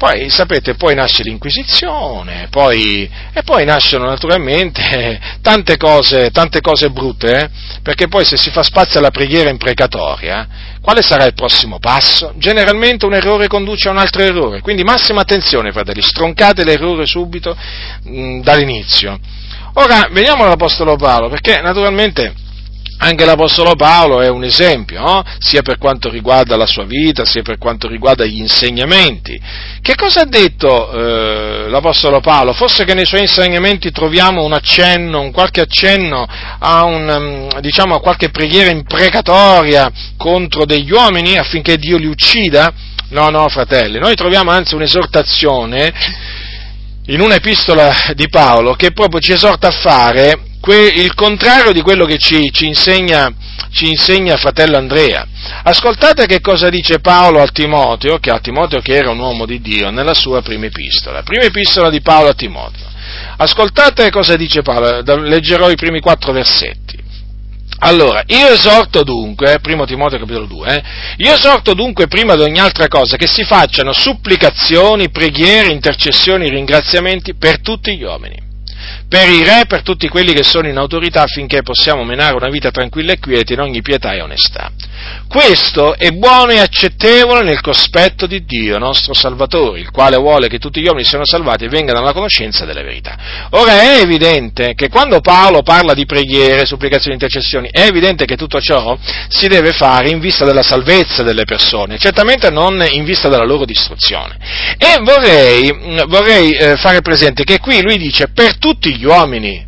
Poi, sapete, poi nasce l'Inquisizione, e poi nascono naturalmente tante cose brutte, perché poi se si fa spazio alla preghiera imprecatoria, quale sarà il prossimo passo? Generalmente un errore conduce a un altro errore, quindi massima attenzione, fratelli, stroncate l'errore subito dall'inizio. Ora, veniamo all'Apostolo Paolo, perché naturalmente anche l'Apostolo Paolo è un esempio, no? Sia per quanto riguarda la sua vita, sia per quanto riguarda gli insegnamenti. Che cosa ha detto l'Apostolo Paolo? Forse che nei suoi insegnamenti troviamo un qualche accenno a qualche preghiera imprecatoria contro degli uomini affinché Dio li uccida? No, fratelli, noi troviamo anzi un'esortazione in un'epistola di Paolo che proprio ci esorta a fare il contrario di quello che ci insegna fratello Andrea. Ascoltate che cosa dice Paolo a Timoteo, che era un uomo di Dio, nella sua prima epistola di Paolo a Timoteo. Ascoltate cosa dice Paolo, leggerò i primi 4 versetti. Allora, io esorto dunque, 1 Timoteo capitolo 2, io esorto dunque prima di ogni altra cosa che si facciano supplicazioni, preghiere, intercessioni, ringraziamenti per tutti gli uomini, per i re, per tutti quelli che sono in autorità, affinché possiamo menare una vita tranquilla e quieta in ogni pietà e onestà. Questo è buono e accettevole nel cospetto di Dio, nostro Salvatore, il quale vuole che tutti gli uomini siano salvati e vengano alla conoscenza della verità. Ora è evidente che quando Paolo parla di preghiere, supplicazioni e intercessioni, è evidente che tutto ciò si deve fare in vista della salvezza delle persone, certamente non in vista della loro distruzione. E vorrei fare presente che qui lui dice per tutti gli uomini,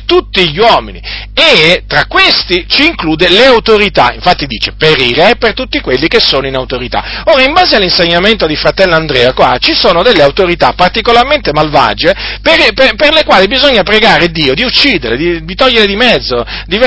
e tra questi ci include le autorità, infatti dice per i re e per tutti quelli che sono in autorità. Ora, in base all'insegnamento di fratello Andrea, qua ci sono delle autorità particolarmente malvagie per le quali bisogna pregare Dio di uccidere, di togliere di mezzo, di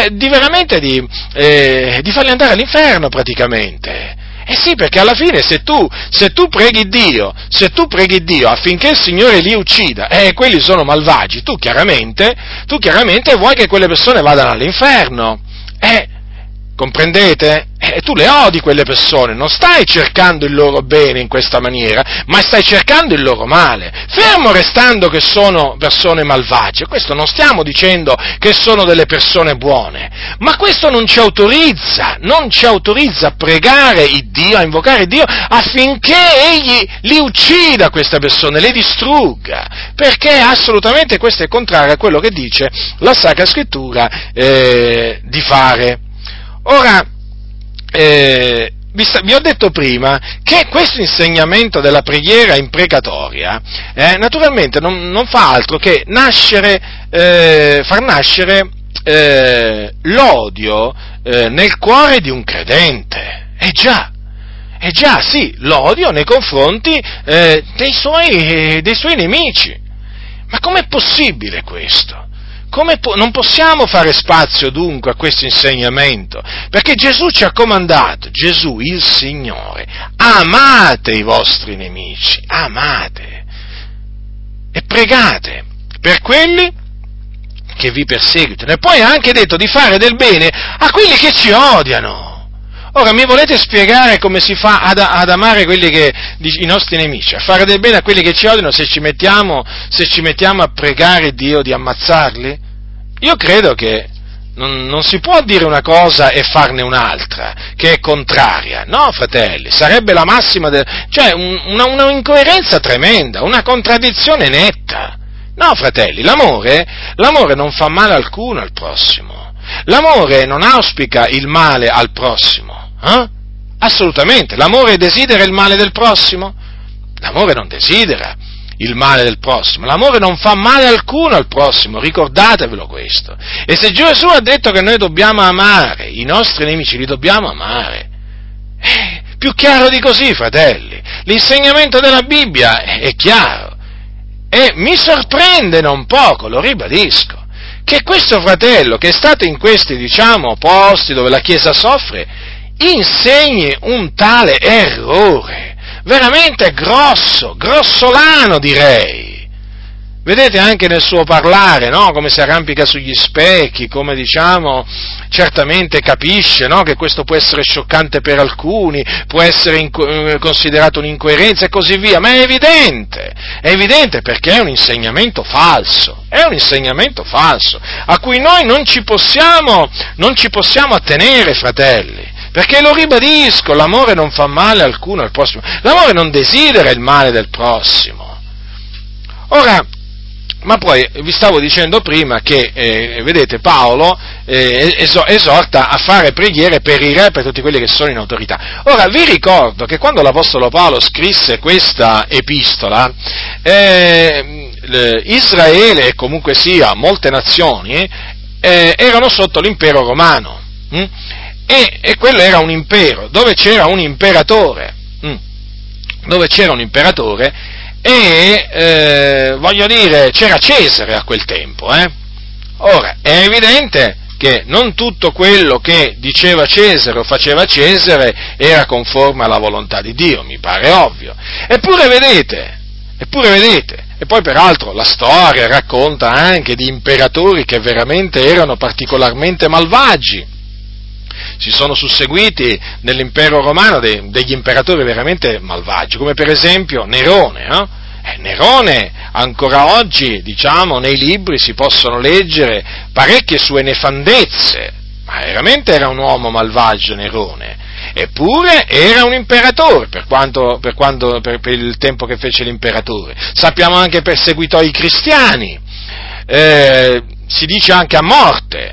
farli andare all'inferno praticamente. Eh sì, perché alla fine se tu preghi Dio affinché il Signore li uccida, quelli sono malvagi, tu chiaramente vuoi che quelle persone vadano all'inferno. Comprendete? Tu le odi quelle persone, non stai cercando il loro bene in questa maniera, ma stai cercando il loro male, fermo restando che sono persone malvagie. Questo non stiamo dicendo che sono delle persone buone, ma questo non ci autorizza a pregare il Dio, a invocare Dio affinché Egli li uccida queste persone, le distrugga, perché assolutamente questo è contrario a quello che dice la Sacra Scrittura di fare. Ora, vi ho detto prima che questo insegnamento della preghiera imprecatoria naturalmente non fa altro che far nascere l'odio nel cuore di un credente. Già, sì, l'odio nei confronti dei suoi nemici. Ma com'è possibile questo? Non possiamo fare spazio dunque a questo insegnamento, perché Gesù ci ha comandato, Gesù il Signore, amate i vostri nemici, amate e pregate per quelli che vi perseguitano, e poi ha anche detto di fare del bene a quelli che ci odiano. Ora, mi volete spiegare come si fa ad amare i nostri nemici, a fare del bene a quelli che ci odiano, se ci mettiamo a pregare Dio di ammazzarli? Io credo che non si può dire una cosa e farne un'altra, che è contraria. No, fratelli, sarebbe la massima cioè una incoerenza tremenda, una contraddizione netta. No, fratelli, l'amore non fa male alcuno al prossimo. L'amore non auspica il male al prossimo. Assolutamente. L'amore desidera il male del prossimo? L'amore non desidera il male del prossimo. L'amore non fa male alcuno al prossimo, ricordatevelo questo. E se Gesù ha detto che noi dobbiamo amare i nostri nemici, li dobbiamo amare. Più chiaro di così, fratelli. L'insegnamento della Bibbia è chiaro. E mi sorprende non poco, lo ribadisco, che questo fratello, che è stato in questi, posti dove la Chiesa soffre, insegni un tale errore, veramente grossolano direi, vedete anche nel suo parlare, no? Come si arrampica sugli specchi, come diciamo, certamente capisce, no? Che questo può essere scioccante per alcuni, può essere considerato un'incoerenza e così via, ma è evidente perché è un insegnamento falso, a cui noi non ci possiamo attenere, fratelli. Perché lo ribadisco, l'amore non fa male alcuno al prossimo, l'amore non desidera il male del prossimo. Ora, ma poi vi stavo dicendo prima che, vedete, Paolo esorta a fare preghiere per i re e per tutti quelli che sono in autorità. Ora, vi ricordo che quando l'Apostolo Paolo scrisse questa epistola, Israele, e comunque sia molte nazioni, erano sotto l'impero romano. E quello era un impero, dove c'era un imperatore, e voglio dire, c'era Cesare a quel tempo, Ora, è evidente che non tutto quello che diceva Cesare o faceva Cesare era conforme alla volontà di Dio, mi pare ovvio. Eppure vedete, e poi peraltro la storia racconta anche di imperatori che veramente erano particolarmente malvagi. Si sono susseguiti nell'impero romano degli imperatori veramente malvagi, come per esempio Nerone, no? Nerone, ancora oggi, diciamo, nei libri si possono leggere parecchie sue nefandezze, ma veramente era un uomo malvagio Nerone, eppure era un imperatore per il tempo che fece l'imperatore. Sappiamo anche perseguitò i cristiani, si dice anche a morte,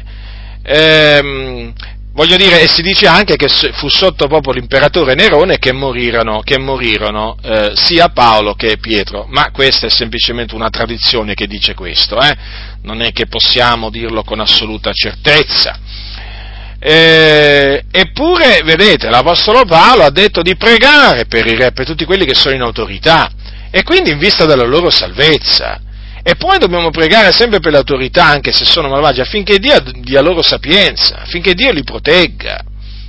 voglio dire, e si dice anche che fu sotto proprio l'imperatore Nerone che morirono sia Paolo che Pietro, ma questa è semplicemente una tradizione che dice questo, non è che possiamo dirlo con assoluta certezza. Eppure, vedete, l'Apostolo Paolo ha detto di pregare per i re, per tutti quelli che sono in autorità, e quindi in vista della loro salvezza. E poi dobbiamo pregare sempre per le autorità, anche se sono malvagi, affinché Dio dia loro sapienza, affinché Dio li protegga.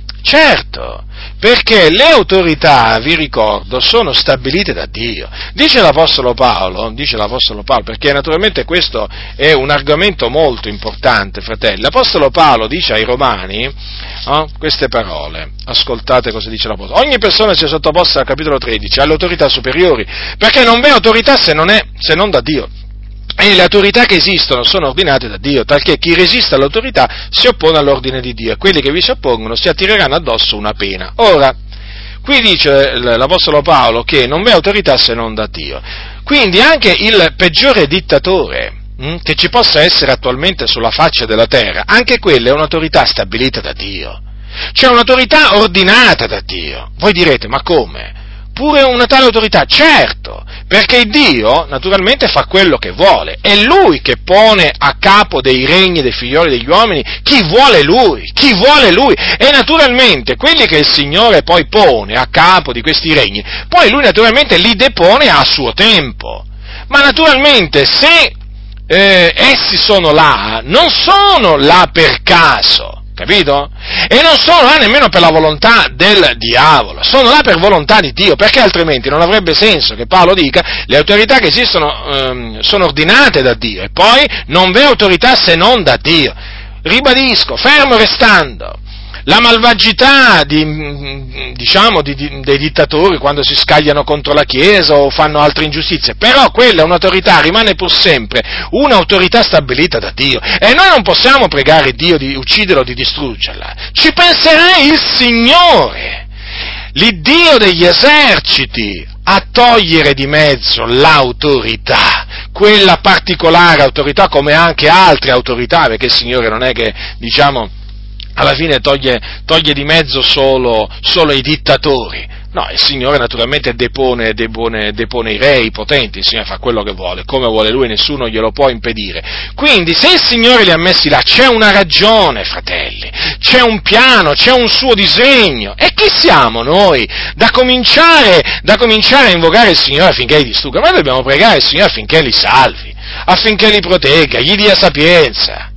Certo, perché le autorità, vi ricordo, sono stabilite da Dio. Dice l'Apostolo Paolo, perché naturalmente questo è un argomento molto importante, fratelli. L'Apostolo Paolo dice ai Romani queste parole, ascoltate cosa dice l'Apostolo: ogni persona sia sottoposta, al capitolo 13, alle autorità superiori, perché non v'è autorità se non da Dio. E le autorità che esistono sono ordinate da Dio, talché chi resiste all'autorità si oppone all'ordine di Dio, e quelli che vi si oppongono si attireranno addosso una pena. Ora, qui dice l'Apostolo Paolo che non v'è autorità se non da Dio. Quindi anche il peggiore dittatore che ci possa essere attualmente sulla faccia della terra, anche quella è un'autorità stabilita da Dio. C'è un'autorità ordinata da Dio. Voi direte, ma come? Pure una tale autorità? Certo, perché Dio naturalmente fa quello che vuole, è Lui che pone a capo dei regni dei figlioli degli uomini chi vuole Lui, e naturalmente quelli che il Signore poi pone a capo di questi regni, poi Lui naturalmente li depone a suo tempo, ma naturalmente se essi sono là, non sono là per caso, capito? E non sono là nemmeno per la volontà del diavolo, sono là per volontà di Dio, perché altrimenti non avrebbe senso che Paolo dica le autorità che esistono sono ordinate da Dio, e poi non v'è autorità se non da Dio. Ribadisco, fermo restando la malvagità dei dittatori quando si scagliano contro la Chiesa o fanno altre ingiustizie, però quella è un'autorità, rimane pur sempre un'autorità stabilita da Dio, e noi non possiamo pregare Dio di ucciderla o di distruggerla, ci penserà il Signore, l'Iddio degli eserciti, a togliere di mezzo l'autorità, quella particolare autorità, come anche altre autorità, perché il Signore non è che, alla fine toglie di mezzo solo i dittatori. No, il Signore naturalmente depone i re, i potenti, il Signore fa quello che vuole, come vuole Lui, nessuno glielo può impedire. Quindi, se il Signore li ha messi là, c'è una ragione, fratelli, c'è un piano, c'è un suo disegno, e chi siamo noi da cominciare a invocare il Signore affinché li distrugga? Noi dobbiamo pregare il Signore affinché li salvi, affinché li protegga, gli dia sapienza.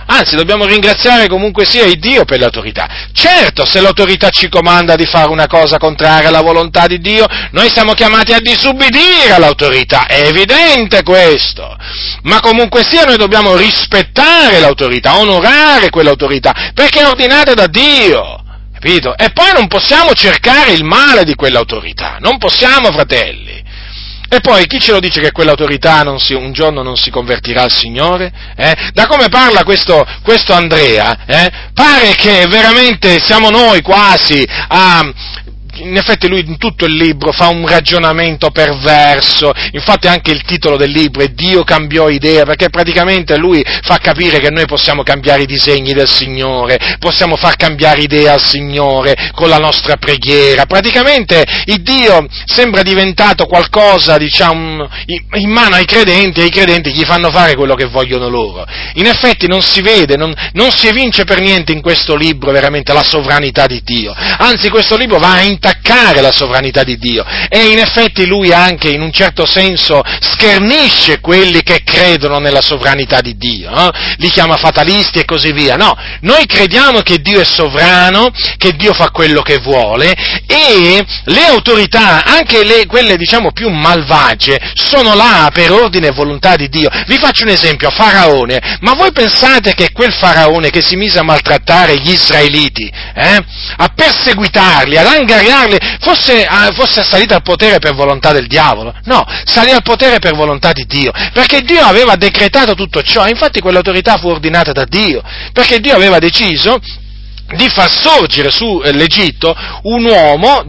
Anzi, dobbiamo ringraziare comunque sia il Dio per l'autorità. Certo, se l'autorità ci comanda di fare una cosa contraria alla volontà di Dio, noi siamo chiamati a disubbidire all'autorità, è evidente questo. Ma comunque sia noi dobbiamo rispettare l'autorità, onorare quell'autorità, perché è ordinata da Dio. Capito? E poi non possiamo cercare il male di quell'autorità, non possiamo, fratelli. E poi chi ce lo dice che quell'autorità un giorno non si convertirà al Signore? Da come parla questo Andrea, pare che veramente siamo noi quasi a... In effetti lui in tutto il libro fa un ragionamento perverso, infatti anche il titolo del libro è Dio cambiò idea, perché praticamente lui fa capire che noi possiamo cambiare i disegni del Signore, possiamo far cambiare idea al Signore con la nostra preghiera, praticamente il Dio sembra diventato qualcosa, diciamo, in mano ai credenti, e i credenti gli fanno fare quello che vogliono loro. In effetti non si vede, non si evince per niente in questo libro veramente la sovranità di Dio, anzi questo libro va a intaccare la sovranità di Dio, e in effetti lui anche in un certo senso schernisce quelli che credono nella sovranità di Dio, no? Li chiama fatalisti e così via. No, noi crediamo che Dio è sovrano, che Dio fa quello che vuole, e le autorità, anche quelle diciamo più malvagie, sono là per ordine e volontà di Dio. Vi faccio un esempio: Faraone. Ma voi pensate che quel Faraone che si mise a maltrattare gli israeliti, a perseguitarli, ad angariarli, fosse salito al potere per volontà del diavolo? No, salì al potere per volontà di Dio, perché Dio aveva decretato tutto ciò. Infatti quell'autorità fu ordinata da Dio, perché Dio aveva deciso di far sorgere su l'Egitto un uomo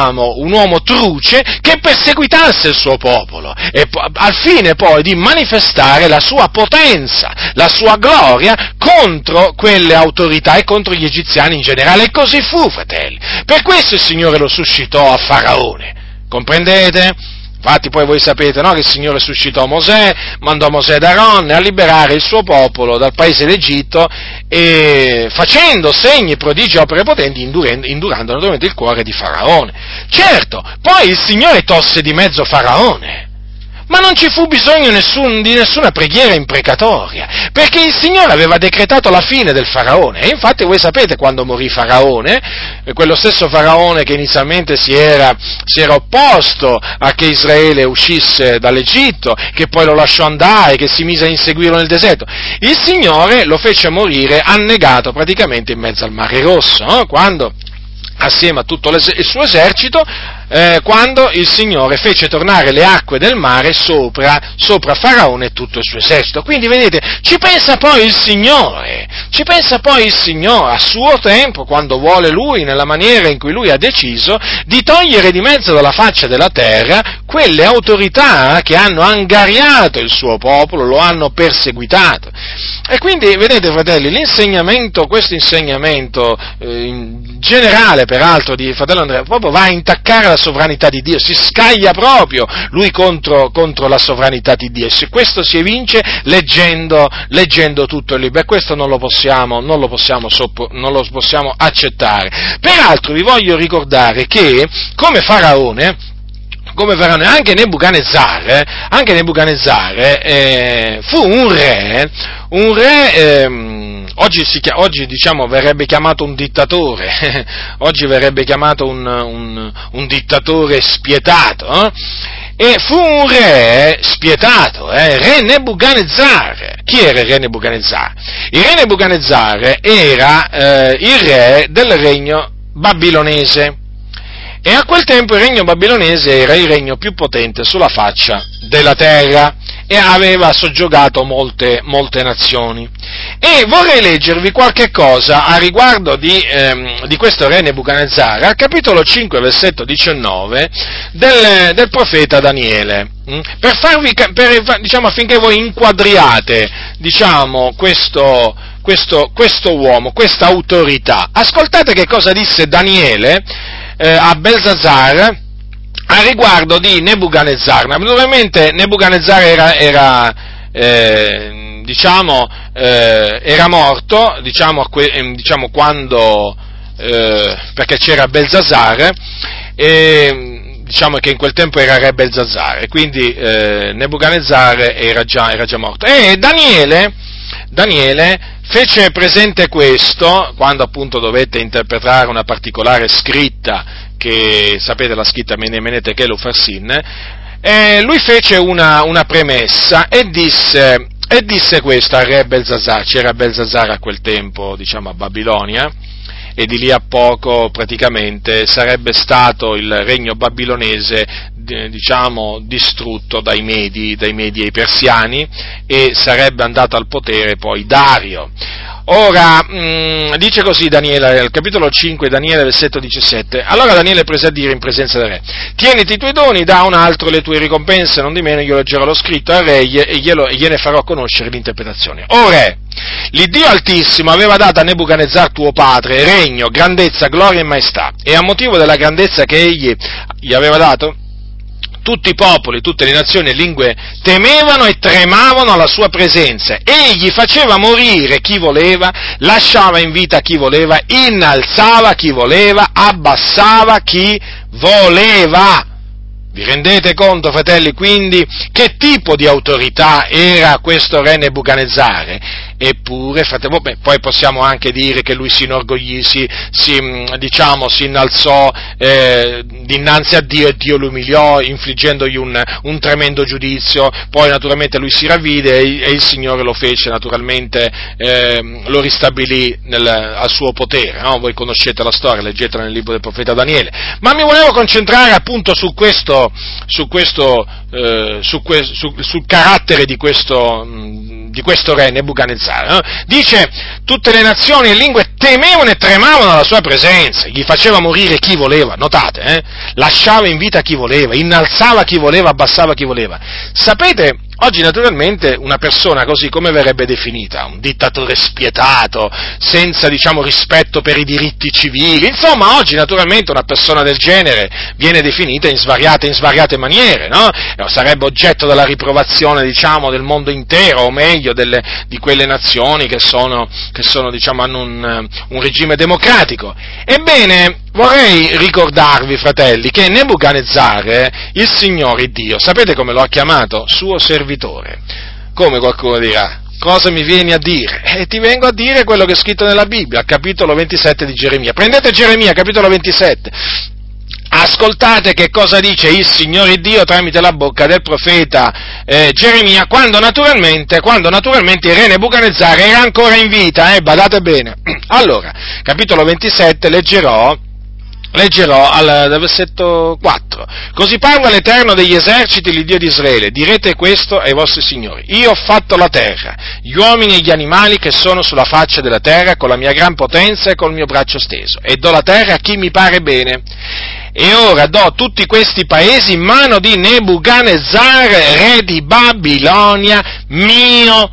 truce che perseguitasse il suo popolo, e al fine poi di manifestare la sua potenza, la sua gloria contro quelle autorità e contro gli egiziani in generale. E così fu, fratelli. Per questo il Signore lo suscitò a Faraone, comprendete? Infatti poi voi sapete, no, che il Signore suscitò Mosè, mandò Mosè ed Aaron a liberare il suo popolo dal paese d'Egitto, e facendo segni, prodigi e opere potenti, indurando naturalmente il cuore di Faraone. Certo, poi il Signore tolse di mezzo Faraone, ma non ci fu bisogno di nessuna preghiera imprecatoria, perché il Signore aveva decretato la fine del Faraone. E infatti voi sapete quando morì Faraone, quello stesso Faraone che inizialmente si era opposto a che Israele uscisse dall'Egitto, che poi lo lasciò andare, che si mise a inseguirlo nel deserto, il Signore lo fece morire annegato praticamente in mezzo al Mare Rosso, no? Quando, assieme a tutto il suo esercito, quando il Signore fece tornare le acque del mare sopra Faraone e tutto il suo esercito. Quindi vedete, ci pensa poi il Signore a suo tempo, quando vuole Lui, nella maniera in cui Lui ha deciso, di togliere di mezzo dalla faccia della terra quelle autorità che hanno angariato il suo popolo, lo hanno perseguitato. E quindi, vedete fratelli, questo insegnamento in generale, peraltro, di fratello Andrea, proprio va a intaccare la sovranità di Dio, si scaglia proprio lui contro la sovranità di Dio, e questo si evince leggendo tutto il libro, e questo non lo possiamo accettare. Peraltro vi voglio ricordare che, come Faraone, anche Nebuchadnezzar fu un re, oggi diciamo verrebbe chiamato un dittatore, oggi verrebbe chiamato un dittatore spietato, e fu un re spietato, re Nebuchadnezzar. Chi era il re Nebuchadnezzar? Il re Nebuchadnezzar era il re del regno babilonese. E a quel tempo il regno babilonese era il regno più potente sulla faccia della terra e aveva soggiogato molte nazioni. E vorrei leggervi qualche cosa a riguardo di questo re Nebuchadnezzar, al capitolo 5, versetto 19 del profeta Daniele, affinché voi inquadriate, questo uomo, questa autorità. Ascoltate che cosa disse Daniele a Belsazzar a riguardo di Nebuchadnezzar. Naturalmente Nebuchadnezzar era morto, quando, perché c'era Belsazzar, e diciamo che in quel tempo era re Belsazzar, e quindi Nebuchadnezzar era già morto. E Daniele fece presente questo, quando appunto dovette interpretare una particolare scritta, che sapete la scritta Menete Chelo Farsin, lui fece una premessa e disse questo al re Belzazar. C'era Belzazar a quel tempo, a Babilonia, e di lì a poco praticamente sarebbe stato il regno babilonese, distrutto dai Medi e i Persiani, e sarebbe andato al potere poi Dario. Ora, dice così Daniele, al capitolo 5, Daniele, versetto 17, allora Daniele prese a dire in presenza del re: tieniti i tuoi doni, da un altro le tue ricompense, non di meno io leggerò lo scritto al re e gliene farò conoscere l'interpretazione. O re, l'Iddio Altissimo aveva dato a Nebuchadnezzar tuo padre regno, grandezza, gloria e maestà, e a motivo della grandezza che egli gli aveva dato, tutti i popoli, tutte le nazioni e lingue temevano e tremavano alla sua presenza. Egli faceva morire chi voleva, lasciava in vita chi voleva, innalzava chi voleva, abbassava chi voleva. Vi rendete conto, fratelli, quindi, che tipo di autorità era questo re Nebuchadnezzar? Eppure, fratelli, poi possiamo anche dire che lui si inorgoglì, si innalzò dinanzi a Dio, e Dio lo umiliò, infliggendogli un tremendo giudizio. Poi naturalmente lui si ravvide e il Signore lo fece, naturalmente lo ristabilì al suo potere, no? Voi conoscete la storia, leggetela nel libro del profeta Daniele. Ma mi volevo concentrare appunto sul carattere di questo re Nebuchadnezzar. Dice: tutte le nazioni e lingue temevano e tremavano alla sua presenza, gli faceva morire chi voleva, notate, lasciava in vita chi voleva, innalzava chi voleva, abbassava chi voleva. Sapete, oggi naturalmente una persona così come verrebbe definita? Un dittatore spietato, senza rispetto per i diritti civili. Insomma, oggi naturalmente una persona del genere viene definita in svariate maniere, no? Sarebbe oggetto della riprovazione, del mondo intero, o meglio di quelle nazioni che hanno un regime democratico. Ebbene, vorrei ricordarvi, fratelli, che Nebuchadnezzar, il Signore Dio, sapete come lo ha chiamato? Suo servitore. Come, qualcuno dirà? Cosa mi vieni a dire? Ti vengo a dire quello che è scritto nella Bibbia, al capitolo 27 di Geremia. Prendete Geremia, capitolo 27. Ascoltate che cosa dice il Signore Dio tramite la bocca del profeta Geremia, quando naturalmente il re Nebuchadnezzar era ancora in vita, badate bene. Allora, capitolo 27, leggerò dal versetto 4. Così parla l'Eterno degli eserciti, l'Iddio di Israele: direte questo ai vostri signori: io ho fatto la terra, gli uomini e gli animali che sono sulla faccia della terra, con la mia gran potenza e col mio braccio steso, e do la terra a chi mi pare bene. E ora do tutti questi paesi in mano di Nebuchadnezzar, re di Babilonia, mio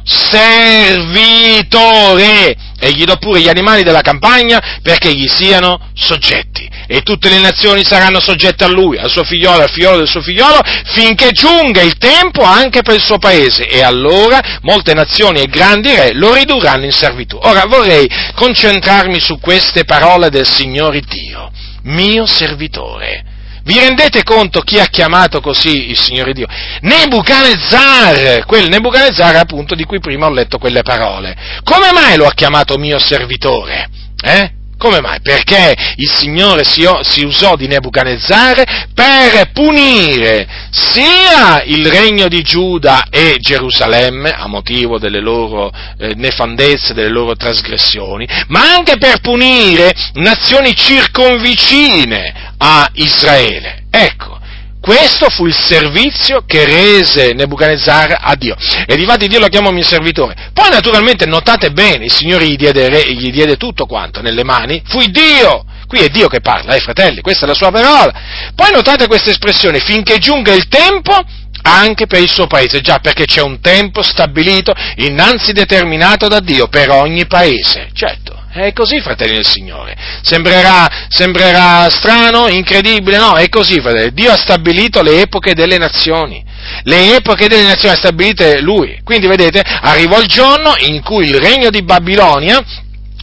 servitore, e gli do pure gli animali della campagna perché gli siano soggetti. E tutte le nazioni saranno soggette a lui, al suo figliolo, al figliolo del suo figliolo, finché giunga il tempo anche per il suo paese, e allora molte nazioni e grandi re lo ridurranno in servitù. Ora vorrei concentrarmi su queste parole del Signore Dio: mio servitore. Vi rendete conto chi ha chiamato così il Signore Dio? Nebuchadnezzar, quel Nebuchadnezzar appunto di cui prima ho letto quelle parole. Come mai lo ha chiamato mio servitore? Come mai? Perché il Signore si usò di Nebuchadnezzar per punire sia il regno di Giuda e Gerusalemme, a motivo delle loro nefandezze, delle loro trasgressioni, ma anche per punire nazioni circonvicine a Israele. Ecco. Questo fu il servizio che rese Nebuchadnezzar a Dio, e difatti Dio lo chiamò mio servitore. Poi naturalmente notate bene, il Signore gli diede tutto quanto nelle mani, fu Dio. Qui è Dio che parla, fratelli, questa è la sua parola. Poi notate questa espressione: finché giunga il tempo anche per il suo paese, già, perché c'è un tempo stabilito, innanzi determinato da Dio per ogni paese, certo. È così, fratelli del Signore. Sembrerà strano, incredibile? No, è così, fratelli. Dio ha stabilito le epoche delle nazioni. Le epoche delle nazioni ha stabilite Lui. Quindi, vedete, arrivò il giorno in cui il regno di Babilonia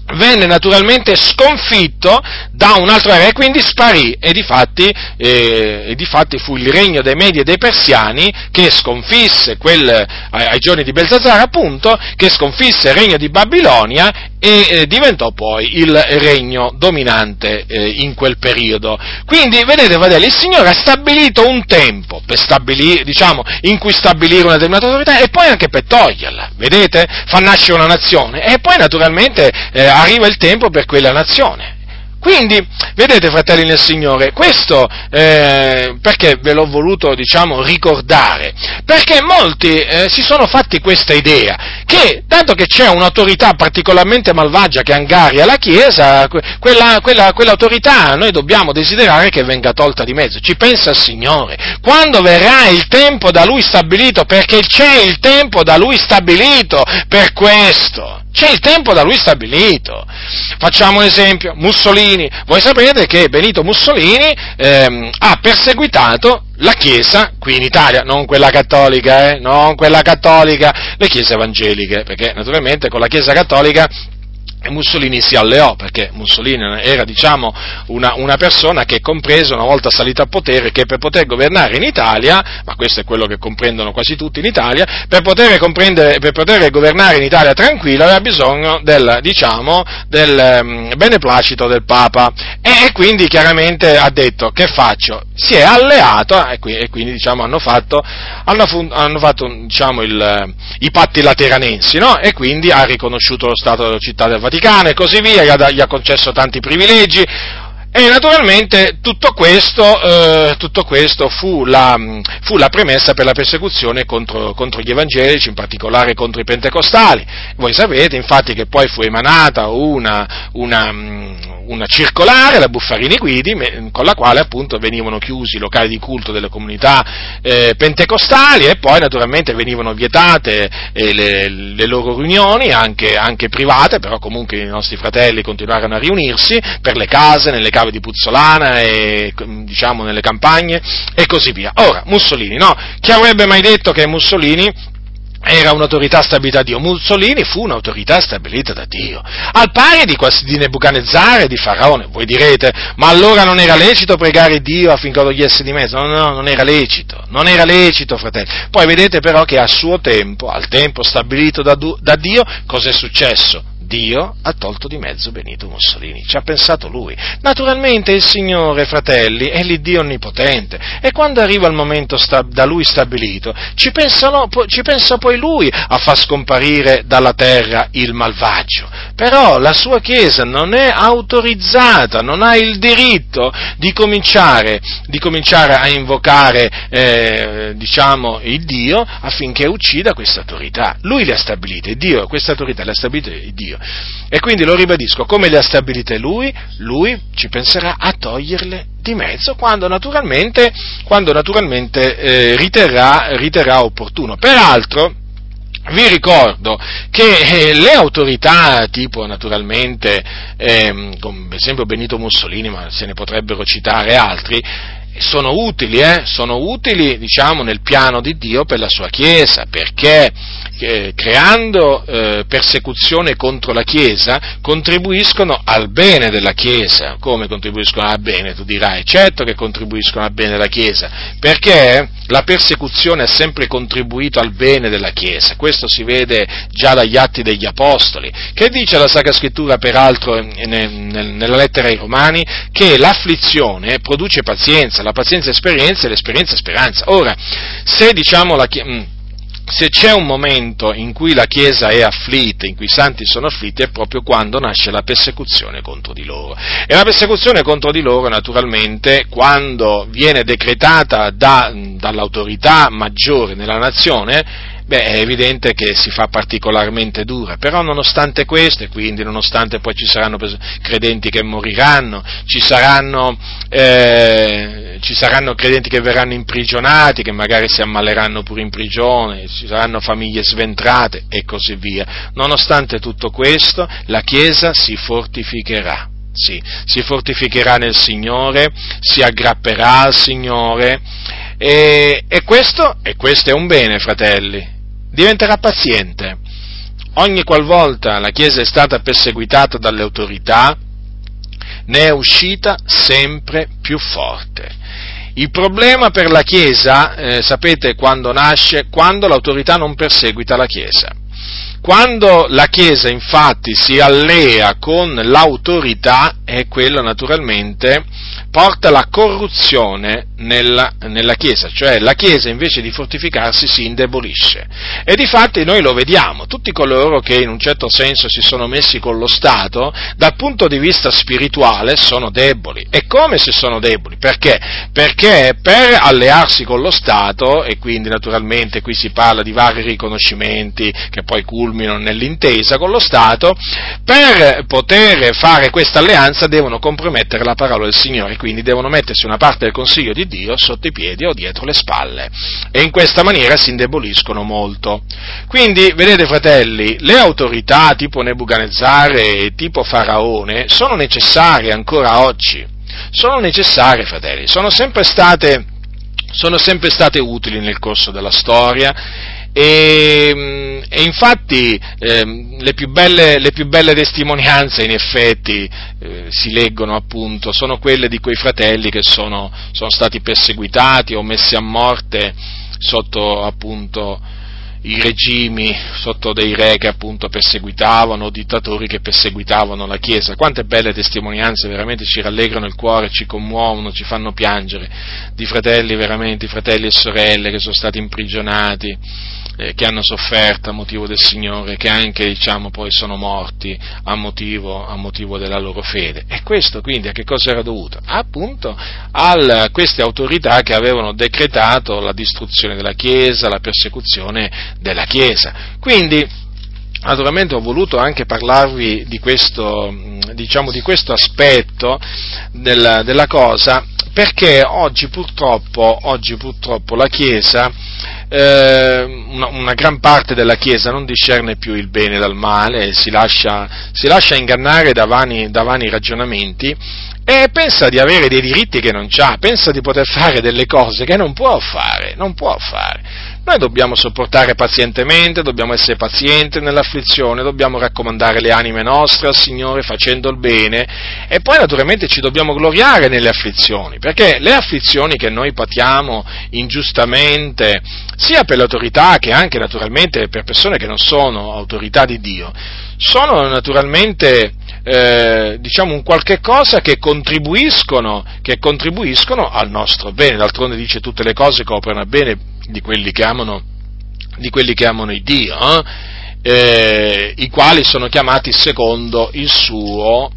venne naturalmente sconfitto da un altro re e quindi sparì, e difatti fu il regno dei Medi e dei Persiani che sconfisse ai giorni di Beltasar, appunto, che sconfisse il regno di Babilonia e diventò poi il regno dominante in quel periodo. Quindi, vedete, fratelli, il Signore ha stabilito un tempo per in cui stabilire una determinata autorità e poi anche per toglierla, vedete? Fa nascere una nazione e poi naturalmente arriva il tempo per quella nazione. Quindi, vedete, fratelli nel Signore, questo perché ve l'ho voluto, ricordare? Perché molti si sono fatti questa idea, che tanto che c'è un'autorità particolarmente malvagia che angaria la Chiesa, quell'autorità noi dobbiamo desiderare che venga tolta di mezzo. Ci pensa il Signore, quando verrà il tempo da Lui stabilito, perché c'è il tempo da Lui stabilito per questo. C'è il tempo da Lui stabilito. Facciamo un esempio, Mussolini. Voi sapete che Benito Mussolini ha perseguitato la Chiesa qui in Italia, non quella cattolica, le chiese evangeliche, perché naturalmente con la Chiesa cattolica Mussolini si alleò, perché Mussolini era, una persona che comprese, una volta salito al potere, che per poter governare in Italia, ma questo è quello che comprendono quasi tutti in Italia, per poter governare in Italia tranquillo aveva bisogno del beneplacito del Papa, e quindi chiaramente ha detto: che faccio? Si è alleato, e quindi hanno fatto i patti lateranensi, no? E quindi ha riconosciuto lo Stato della Città del Vaticano e così via, gli ha concesso tanti privilegi, e naturalmente tutto questo fu la premessa per la persecuzione contro gli evangelici, in particolare contro i pentecostali. Voi sapete infatti che poi fu emanata una circolare, la Buffarini Guidi, con la quale appunto venivano chiusi i locali di culto delle comunità pentecostali, e poi naturalmente venivano vietate le loro riunioni, anche private, però comunque i nostri fratelli continuarono a riunirsi per le case, nelle cave di Puzzolana e nelle campagne e così via. Ora, Mussolini, no? Chi avrebbe mai detto che Mussolini era un'autorità stabilita da Dio? Mussolini fu un'autorità stabilita da Dio, al pari di Nebuchadnezzar e di Faraone. Voi direte: ma allora non era lecito pregare Dio affinché lo togliesse di mezzo? No, non era lecito, fratelli. Poi vedete però che a suo tempo, al tempo stabilito da Dio, cos'è successo? Dio ha tolto di mezzo Benito Mussolini, ci ha pensato Lui. Naturalmente il Signore, fratelli, è l'Iddio onnipotente, e quando arriva il momento da Lui stabilito, ci pensa poi Lui a far scomparire dalla terra il malvagio. Però la sua Chiesa non è autorizzata, non ha il diritto di cominciare a invocare il Dio affinché uccida questa autorità. Lui le ha stabilite, Dio, questa autorità le ha stabilite Dio. E quindi lo ribadisco, come le ha stabilite Lui ci penserà a toglierle di mezzo quando naturalmente riterrà opportuno. Peraltro, vi ricordo che le autorità, tipo naturalmente, come per esempio Benito Mussolini, ma se ne potrebbero citare altri, sono utili, nel piano di Dio per la sua Chiesa, perché creando persecuzione contro la Chiesa contribuiscono al bene della Chiesa. Come contribuiscono al bene? Tu dirai: certo che contribuiscono al bene della Chiesa, perché la persecuzione ha sempre contribuito al bene della Chiesa. Questo si vede già dagli Atti degli Apostoli. Che dice la Sacra Scrittura, peraltro, nella lettera ai Romani? Che l'afflizione produce pazienza, la pazienza esperienza e l'esperienza speranza. Ora, se c'è un momento in cui la Chiesa è afflitta, in cui i santi sono afflitti, è proprio quando nasce la persecuzione contro di loro. E la persecuzione contro di loro, naturalmente, quando viene decretata dall'autorità maggiore nella nazione, è evidente che si fa particolarmente dura. Però nonostante questo, e quindi nonostante poi ci saranno credenti che moriranno, ci saranno credenti che verranno imprigionati, che magari si ammaleranno pure in prigione, ci saranno famiglie sventrate e così via. Nonostante tutto questo, la Chiesa si fortificherà. Sì, si fortificherà nel Signore, si aggrapperà al Signore, e questo è un bene, fratelli. Diventerà paziente. ogni qualvolta la Chiesa è stata perseguitata dalle autorità, ne è uscita sempre più forte. Il problema per la Chiesa, sapete quando nasce? Quando l'autorità non perseguita la Chiesa. Quando la Chiesa infatti si allea con l'autorità, quello naturalmente porta la corruzione nella Chiesa, cioè la Chiesa invece di fortificarsi si indebolisce. E difatti noi lo vediamo, tutti coloro che in un certo senso si sono messi con lo Stato, dal punto di vista spirituale sono deboli. E come se sono deboli? Perché? Perché per allearsi con lo Stato, e quindi naturalmente qui si parla di vari riconoscimenti che poi culminano nell'intesa con lo Stato, per poter fare questa alleanza devono compromettere la parola del Signore, quindi devono mettersi una parte del consiglio di Dio sotto i piedi o dietro le spalle, e in questa maniera si indeboliscono molto. Quindi, vedete fratelli, le autorità tipo Nebuchadnezzare e tipo Faraone sono necessarie ancora oggi, sono necessarie, fratelli, sono sempre state utili nel corso della storia. E infatti le più belle testimonianze in effetti si leggono appunto, sono quelle di quei fratelli che sono stati perseguitati o messi a morte sotto appunto i regimi, sotto dei re che appunto perseguitavano, o dittatori che perseguitavano la Chiesa. Quante belle testimonianze, veramente ci rallegrano il cuore, ci commuovono, ci fanno piangere, di fratelli veramente, fratelli e sorelle che sono stati imprigionati, che hanno sofferto a motivo del Signore, che anche poi sono morti a motivo della loro fede. E questo quindi a che cosa era dovuto? Appunto a queste autorità che avevano decretato la distruzione della Chiesa, la persecuzione della Chiesa. Quindi naturalmente ho voluto anche parlarvi di questo, di questo aspetto della cosa, perché oggi purtroppo la Chiesa, una gran parte della Chiesa non discerne più il bene dal male, si lascia ingannare da vani ragionamenti e pensa di avere dei diritti che non c'ha, pensa di poter fare delle cose che non può fare. Noi dobbiamo sopportare pazientemente, dobbiamo essere pazienti nell'afflizione, dobbiamo raccomandare le anime nostre al Signore facendo il bene, e poi naturalmente ci dobbiamo gloriare nelle afflizioni, perché le afflizioni che noi patiamo ingiustamente, sia per l'autorità che anche naturalmente per persone che non sono autorità di Dio, sono naturalmente un qualche cosa che contribuiscono al nostro bene. D'altronde dice: tutte le cose cooperano a bene di quelli che amano il Dio, i quali sono chiamati secondo il suo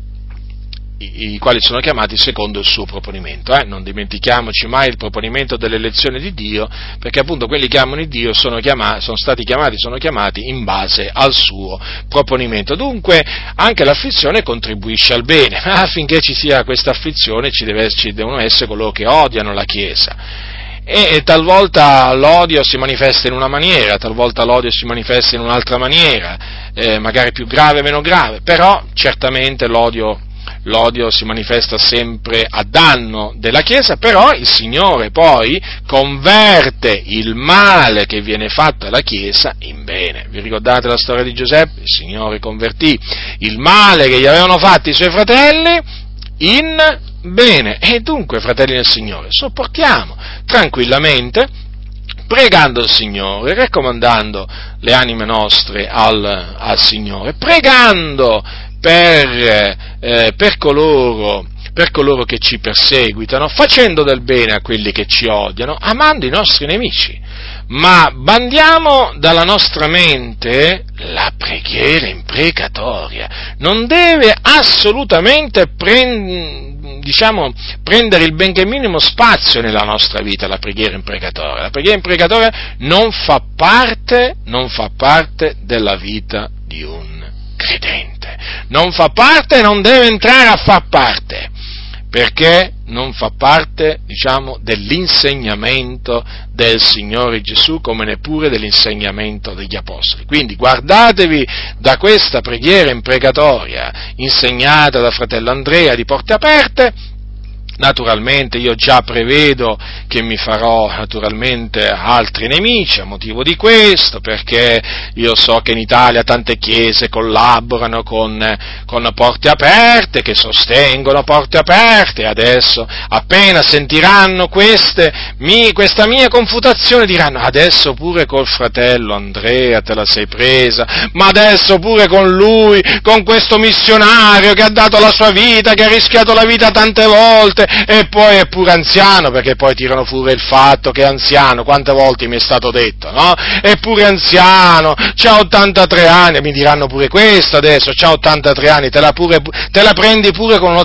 proponimento. Non dimentichiamoci mai il proponimento dell'elezione di Dio, perché appunto quelli che amano il Dio sono chiamati in base al suo proponimento. Dunque anche l'afflizione contribuisce al bene, ma affinché ci sia questa afflizione ci devono essere coloro che odiano la Chiesa. E talvolta l'odio si manifesta in una maniera, talvolta l'odio si manifesta in un'altra maniera, magari più grave, meno grave, però certamente l'odio si manifesta sempre a danno della Chiesa, però il Signore poi converte il male che viene fatto alla Chiesa in bene. Vi ricordate la storia di Giuseppe? Il Signore convertì il male che gli avevano fatto i suoi fratelli in bene. E dunque, fratelli del Signore, sopportiamo tranquillamente, pregando il Signore, raccomandando le anime nostre al Signore, pregando per coloro che ci perseguitano, facendo del bene a quelli che ci odiano, amando i nostri nemici. Ma bandiamo dalla nostra mente la preghiera imprecatoria. Non deve assolutamente prendere il benché minimo spazio nella nostra vita la preghiera imprecatoria. La preghiera imprecatoria non fa parte della vita di un credente. Non fa parte e non deve entrare a far parte, perché non fa parte, dell'insegnamento del Signore Gesù, come neppure dell'insegnamento degli Apostoli. Quindi guardatevi da questa preghiera imprecatoria insegnata da fratello Andrea di Porte Aperte, Naturalmente io già prevedo che mi farò naturalmente altri nemici a motivo di questo, perché io so che in Italia tante chiese collaborano con Porte Aperte, che sostengono Porte Aperte, e adesso appena sentiranno questa mia confutazione diranno: adesso pure col fratello Andrea te la sei presa, ma adesso pure con lui, con questo missionario che ha dato la sua vita, che ha rischiato la vita tante volte, e poi è pure anziano, perché poi tirano fuori il fatto che è anziano, quante volte mi è stato detto, no? È pure anziano, c'ha 83 anni, mi diranno pure questo adesso, c'ha 83 anni, te la prendi pure con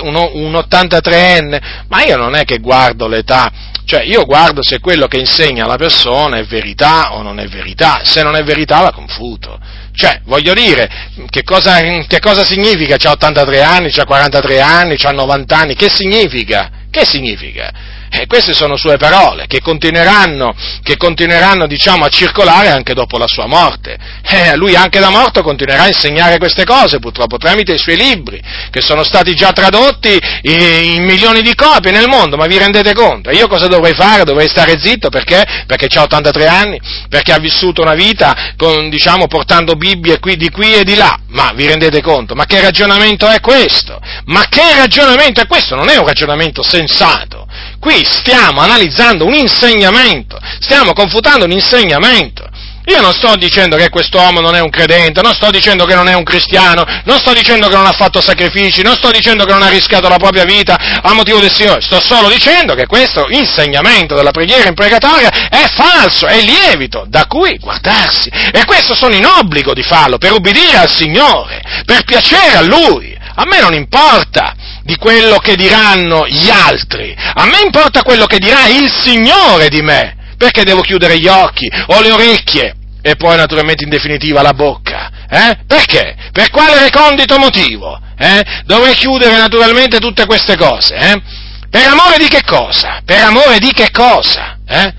un 83enne, ma io non è che guardo l'età, cioè io guardo se quello che insegna la persona è verità o non è verità, se non è verità la confuto. Cioè, voglio dire, che cosa significa? C'ha 83 anni, c'ha 43 anni, c'ha 90 anni, che significa? Che significa? Queste sono sue parole, che continueranno, diciamo, a circolare anche dopo la sua morte. Lui anche da morto continuerà a insegnare queste cose, purtroppo, tramite i suoi libri, che sono stati già tradotti in milioni di copie nel mondo, ma vi rendete conto? E io cosa dovrei fare? Dovrei stare zitto, perché? Perché c'ha 83 anni, perché ha vissuto una vita, portando Bibbie di qui e di là, ma vi rendete conto? Ma che ragionamento è questo? Ma che ragionamento è questo? Non è un ragionamento sensato. Qui stiamo analizzando un insegnamento, stiamo confutando un insegnamento. Io non sto dicendo che quest'uomo non è un credente, non sto dicendo che non è un cristiano, non sto dicendo che non ha fatto sacrifici, non sto dicendo che non ha rischiato la propria vita a motivo del Signore, sto solo dicendo che questo insegnamento della preghiera imprecatoria è falso, è lievito, da cui guardarsi. E questo sono in obbligo di farlo, per ubbidire al Signore, per piacere a Lui. A me non importa di quello che diranno gli altri, a me importa quello che dirà il Signore di me. Perché devo chiudere gli occhi o le orecchie e poi naturalmente in definitiva la bocca? Perché? Per quale recondito motivo? Dovrei chiudere naturalmente tutte queste cose? Per amore di che cosa? Per amore di che cosa?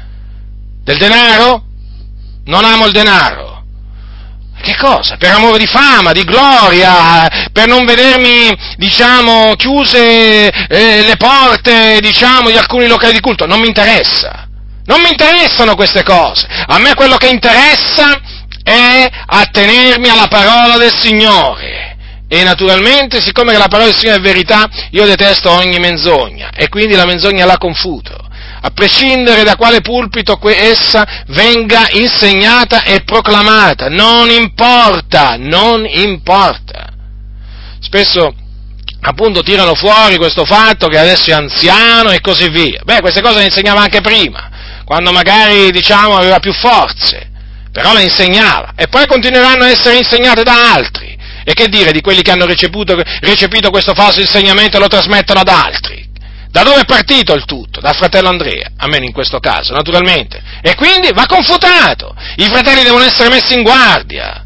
Del denaro? Non amo il denaro. Che cosa? Per amore di fama, di gloria, per non vedermi, diciamo, chiuse le porte, diciamo, di alcuni locali di culto? Non mi interessa. Non mi interessano queste cose. A me quello che interessa è attenermi alla parola del Signore. E naturalmente, siccome la parola del Signore è verità, io detesto ogni menzogna, e quindi la menzogna la confuto, a prescindere da quale pulpito essa venga insegnata e proclamata. Non importa. Spesso, appunto, tirano fuori questo fatto che adesso è anziano e così via. Queste cose le insegnava anche prima, quando magari, diciamo, aveva più forze, però le insegnava, e poi continueranno a essere insegnate da altri. E che dire di quelli che hanno recepito questo falso insegnamento e lo trasmettono ad altri? Da dove è partito il tutto? Dal fratello Andrea, almeno in questo caso, naturalmente. E quindi va confutato. I fratelli devono essere messi in guardia.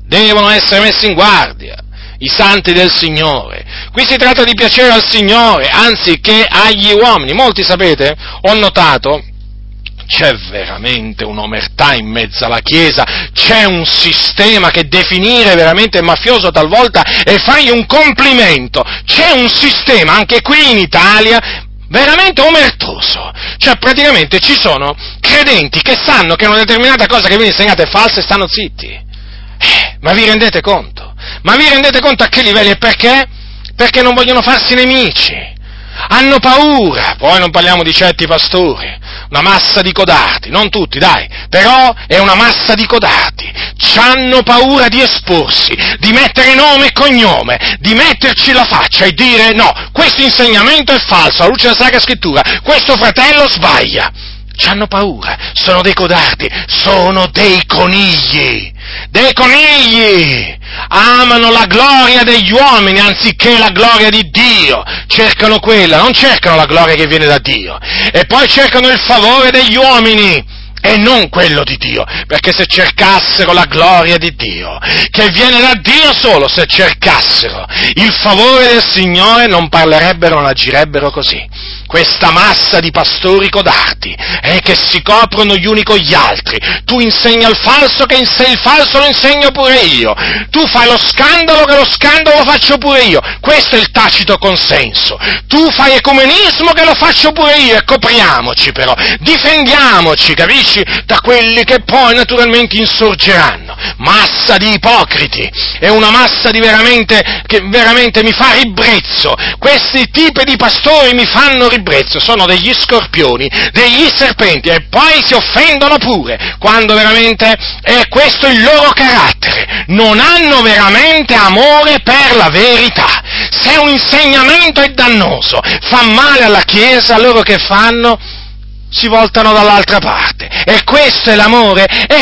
I santi del Signore. Qui si tratta di piacere al Signore, anziché agli uomini. Molti, sapete, ho notato, c'è veramente un'omertà in mezzo alla Chiesa, c'è un sistema che definire veramente mafioso talvolta e fargli un complimento. C'è un sistema, anche qui in Italia, veramente omertoso. Cioè, praticamente ci sono credenti che sanno che una determinata cosa che viene insegnata è falsa e stanno zitti. Ma vi rendete conto? Ma vi rendete conto a che livelli? E perché? Perché non vogliono farsi nemici. Hanno paura. Poi non parliamo di certi pastori, una massa di codati, non tutti, dai, però è una massa di codati. C'hanno paura di esporsi, di mettere nome e cognome, di metterci la faccia e dire: no, questo insegnamento è falso, alla luce della Sacra Scrittura, questo fratello sbaglia. C'hanno paura, sono dei codardi, sono dei conigli, amano la gloria degli uomini anziché la gloria di Dio, cercano quella, non cercano la gloria che viene da Dio, e poi cercano il favore degli uomini, e non quello di Dio, perché se cercassero la gloria di Dio, che viene da Dio solo, se cercassero il favore del Signore, non parlerebbero, non agirebbero così. Questa massa di pastori codardi, che si coprono gli uni con gli altri. Tu insegni il falso, che il falso lo insegno pure io. Tu fai lo scandalo, che lo scandalo lo faccio pure io. Questo è il tacito consenso. Tu fai ecumenismo, che lo faccio pure io, e copriamoci però, difendiamoci, capisci? Da quelli che poi naturalmente insorgeranno. Massa di ipocriti, è una massa di che veramente mi fa ribrezzo. Questi tipi di pastori mi fanno ribrezzo, sono degli scorpioni, degli serpenti, e poi si offendono pure, quando veramente è questo il loro carattere. Non hanno veramente amore per la verità. Se un insegnamento è dannoso, fa male alla Chiesa, loro che fanno? Si voltano dall'altra parte. E questo è l'amore?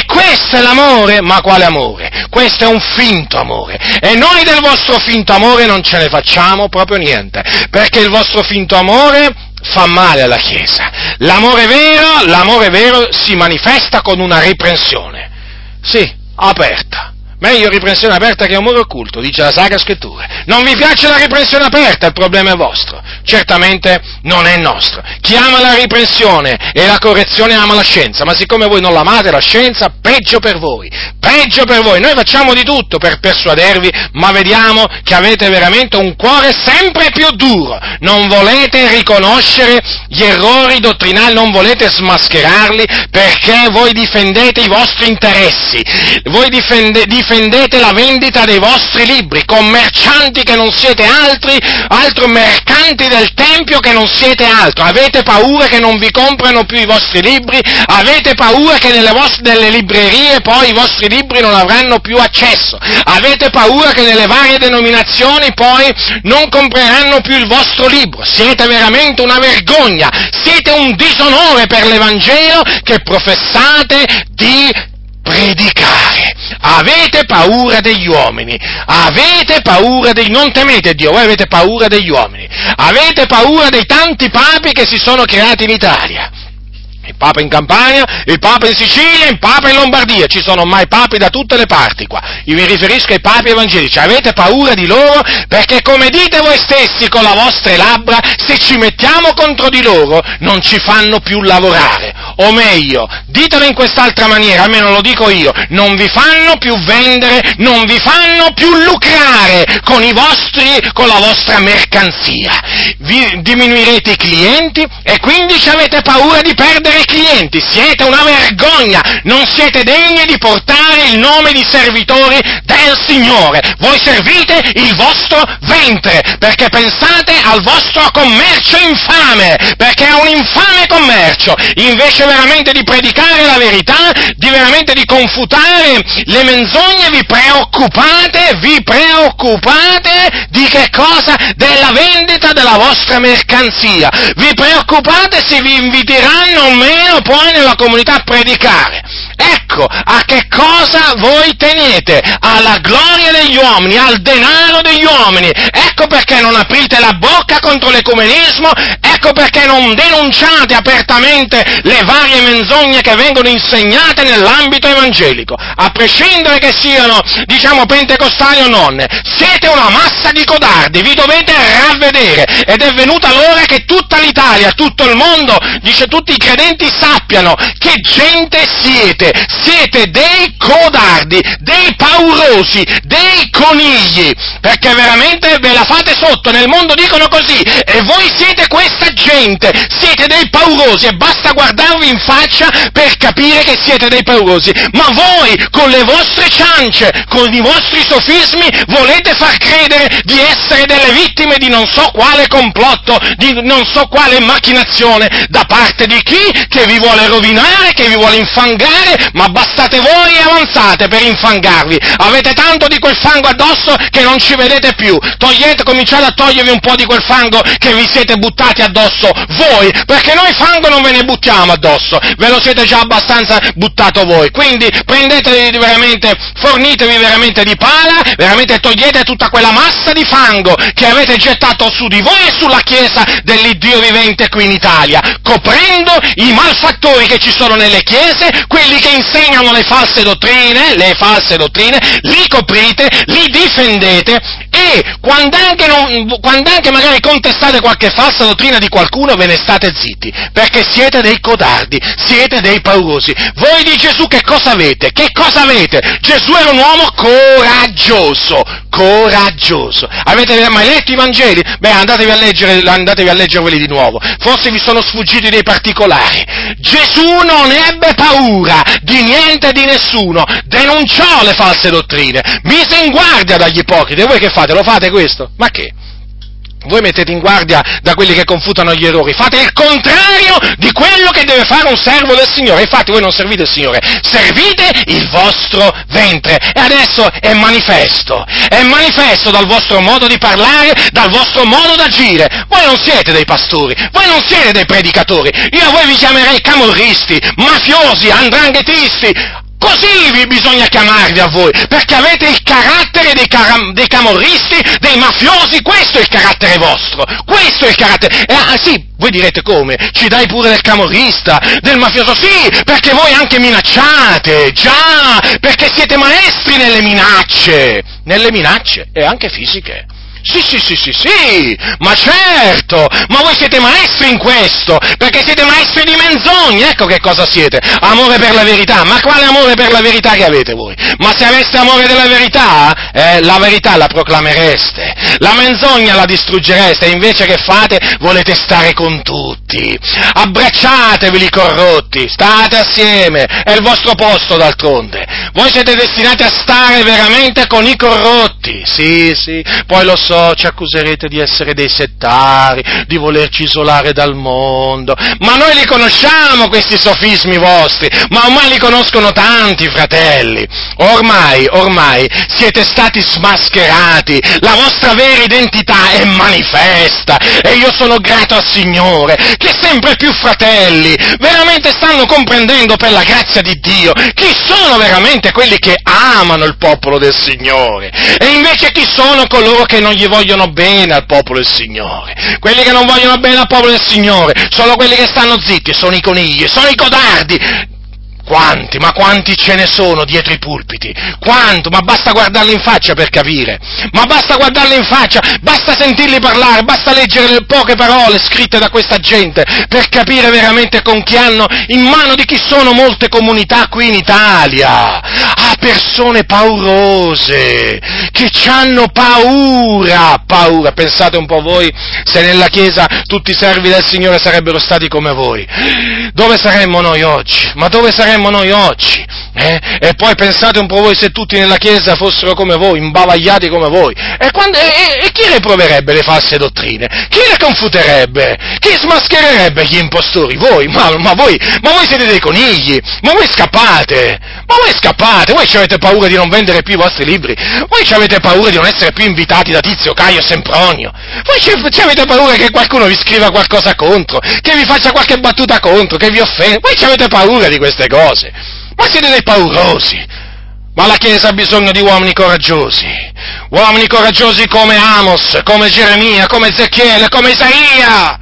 Ma quale amore? Questo è un finto amore. E noi del vostro finto amore non ce ne facciamo proprio niente, perché il vostro finto amore fa male alla Chiesa. L'amore vero si manifesta con una riprensione. Sì, aperta. Meglio riprensione aperta che amore occulto, dice la Sacra Scrittura. Non vi piace la riprensione aperta, il problema è vostro, certamente non è nostro. Chi ama la riprensione e la correzione ama la scienza, ma siccome voi non l'amate la scienza, peggio per voi. Noi facciamo di tutto per persuadervi, ma vediamo che avete veramente un cuore sempre più duro. Non volete riconoscere gli errori dottrinali, non volete smascherarli, perché voi difendete i vostri interessi, voi difendete la vendita dei vostri libri, commercianti che non siete altro mercanti del Tempio che non siete altro. Avete paura che non vi comprano più i vostri libri, avete paura che nelle librerie poi i vostri libri non avranno più accesso, avete paura che nelle varie denominazioni poi non compreranno più il vostro libro. Siete veramente una vergogna, siete un disonore per l'Evangelo che professate di predicare. Avete paura degli uomini, non temete Dio, voi avete paura degli uomini, avete paura dei tanti papi che si sono creati in Italia. Il Papa in Campania, il Papa in Sicilia, il Papa in Lombardia, ci sono ormai papi da tutte le parti qua. Io mi riferisco ai papi evangelici, avete paura di loro perché, come dite voi stessi con le vostre labbra, se ci mettiamo contro di loro non ci fanno più lavorare, o meglio, ditelo in quest'altra maniera, almeno lo dico io, non vi fanno più vendere, non vi fanno più lucrare con la vostra mercanzia, vi diminuirete i clienti e quindi ci avete paura di perdere i clienti, siete una vergogna, non siete degni di portare il nome di servitori del Signore, voi servite il vostro ventre, perché pensate al vostro commercio infame, perché è un infame commercio, invece veramente di predicare la verità, di confutare le menzogne, vi preoccupate di che cosa? Della vendita della vostra mercanzia, vi preoccupate se vi inviteranno o meno poi nella comunità a predicare. Ecco a che cosa voi tenete, alla gloria degli uomini, al denaro degli uomini. Ecco perché non aprite la bocca contro l'ecumenismo, ecco perché non denunciate apertamente le varie menzogne che vengono insegnate nell'ambito evangelico, a prescindere che siano, pentecostali o non. Siete una massa di codardi, vi dovete ravvedere, ed è venuta l'ora che tutta l'Italia, tutto il mondo, tutti i credenti sappiano che gente siete dei codardi, dei paurosi, dei conigli, perché veramente ve la fate sotto, nel mondo dicono così, e voi siete questa gente, siete dei paurosi, e basta guardarvi in faccia per capire che siete dei paurosi, ma voi con le vostre ciance, con i vostri sofismi, volete far credere di essere delle vittime di non so quale complotto, di non so quale macchinazione, da parte di chi? Che vi vuole rovinare, che vi vuole infangare, ma ma bastate voi e avanzate per infangarvi. Avete tanto di quel fango addosso che non ci vedete più. Cominciate a togliervi un po' di quel fango che vi siete buttati addosso voi, perché noi fango non ve ne buttiamo addosso, ve lo siete già abbastanza buttato voi. Quindi prendetevi veramente, fornitevi veramente di pala, veramente togliete tutta quella massa di fango che avete gettato su di voi e sulla Chiesa dell'Iddio vivente qui in Italia, coprendo i malfattori che ci sono nelle chiese, quelli che insegnano le false dottrine, li coprite, li difendete, e quando anche magari contestate qualche falsa dottrina di qualcuno, ve ne state zitti, perché siete dei codardi, siete dei paurosi. Voi di Gesù che cosa avete? Che cosa avete? Gesù era un uomo coraggioso. Avete mai letto i Vangeli? Beh, andatevi a leggere quelli di nuovo. Forse vi sono sfuggiti dei particolari. Gesù non ebbe paura di niente e di nessuno, denunciò le false dottrine, mise in guardia dagli ipocriti. E voi che fate? Lo fate questo? Ma che? Voi mettete in guardia da quelli che confutano gli errori, fate il contrario di quello che deve fare un servo del Signore. Infatti voi non servite il Signore, servite il vostro ventre. E adesso è manifesto dal vostro modo di parlare, dal vostro modo d'agire. Voi non siete dei pastori, voi non siete dei predicatori. Io a voi vi chiamerei camorristi, mafiosi, 'ndranghetisti. Così vi bisogna chiamarvi a voi, perché avete il carattere dei camorristi, dei mafiosi. Questo è il carattere vostro, questo è il carattere. Sì, voi direte come? Ci dai pure del camorrista, del mafioso? Sì, perché voi anche minacciate, già, perché siete maestri nelle minacce e anche fisiche. Sì, ma certo, ma voi siete maestri in questo, perché siete maestri di menzogne. Ecco che cosa siete, amore per la verità. Ma quale amore per la verità che avete voi? Ma se aveste amore della verità, la verità la proclamereste, la menzogna la distruggereste, e invece che fate? Volete stare con tutti, abbracciatevi i corrotti, state assieme, è il vostro posto d'altronde, voi siete destinati a stare veramente con i corrotti, sì, poi lo so, ci accuserete di essere dei settari, di volerci isolare dal mondo, ma noi li conosciamo questi sofismi vostri, ma ormai li conoscono tanti, fratelli, ormai siete stati smascherati, la vostra vera identità è manifesta, e io sono grato al Signore, che sempre più fratelli veramente stanno comprendendo, per la grazia di Dio, chi sono veramente quelli che amano il popolo del Signore, e invece chi sono coloro che non gli vogliono bene al popolo del Signore. Quelli che non vogliono bene al popolo del Signore sono quelli che stanno zitti, sono i conigli, sono i codardi. Quanti ce ne sono dietro i pulpiti? Ma basta guardarli in faccia per capire, basta sentirli parlare, basta leggere le poche parole scritte da questa gente per capire veramente con chi hanno in mano, di chi sono molte comunità qui in Italia. Persone paurose, che c'hanno paura. Pensate un po' voi se nella Chiesa tutti i servi del Signore sarebbero stati come voi. Dove saremmo noi oggi? Ma dove saremmo noi oggi? E poi pensate un po' voi se tutti nella Chiesa fossero come voi, imbavagliati come voi. E chi riproverebbe le false dottrine? Chi le confuterebbe? Chi smaschererebbe gli impostori? Voi? Ma voi siete dei conigli? Ma voi scappate? Voi ci avete paura di non vendere più i vostri libri? Voi ci avete paura di non essere più invitati da Tizio, Caio e Sempronio? Voi ci avete paura che qualcuno vi scriva qualcosa contro, che vi faccia qualche battuta contro, che vi offenda? Voi ci avete paura di queste cose? Ma siete dei paurosi! Ma la Chiesa ha bisogno di uomini coraggiosi come Amos, come Geremia, come Ezechiele, come Isaia!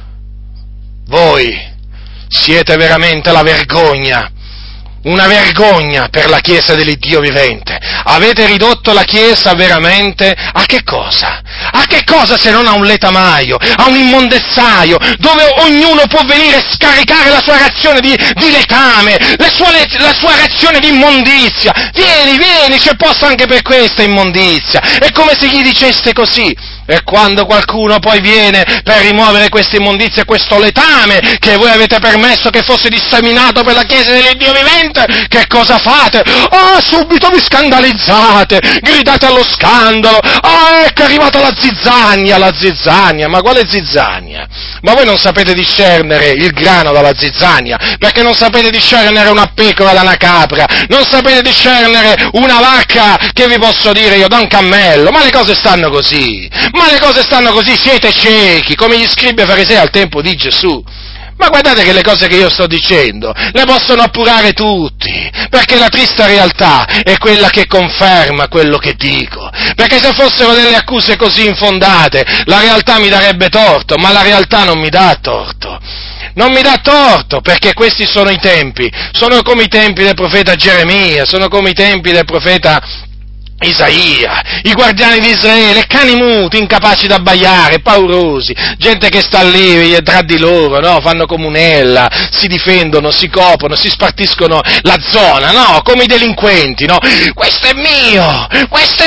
Voi siete veramente la vergogna, una vergogna per la Chiesa dell'Iddio vivente. Avete ridotto la Chiesa veramente a che cosa? A che cosa se non a un letamaio, a un immondezzaio, dove ognuno può venire e scaricare la sua reazione di letame, la sua reazione di immondizia. Vieni, c'è posto anche per questa immondizia. È come se gli diceste così: E quando qualcuno poi viene per rimuovere queste immondizie e questo letame che voi avete permesso che fosse disseminato per la Chiesa dell'Iddio vivente, che cosa fate? Subito vi scandalizzate, gridate allo scandalo, ecco è arrivata la zizzania, ma quale zizzania? Ma voi non sapete discernere il grano dalla zizzania, perché non sapete discernere una pecora da una capra, non sapete discernere una vacca, che vi posso dire io, da un cammello, ma le cose stanno così, siete ciechi, come gli scribi e farisei al tempo di Gesù. Ma guardate che le cose che io sto dicendo le possono appurare tutti, perché la triste realtà è quella che conferma quello che dico, perché se fossero delle accuse così infondate, la realtà mi darebbe torto, ma la realtà non mi dà torto. Non mi dà torto, perché questi sono i tempi, sono come i tempi del profeta Geremia, sono come i tempi del profeta Isaia, i guardiani di Israele, cani muti, incapaci da abbaiare, paurosi, gente che sta lì tra di loro, no? Fanno comunella, si difendono, si coprono, si spartiscono la zona, no? Come i delinquenti, no? Questo è mio e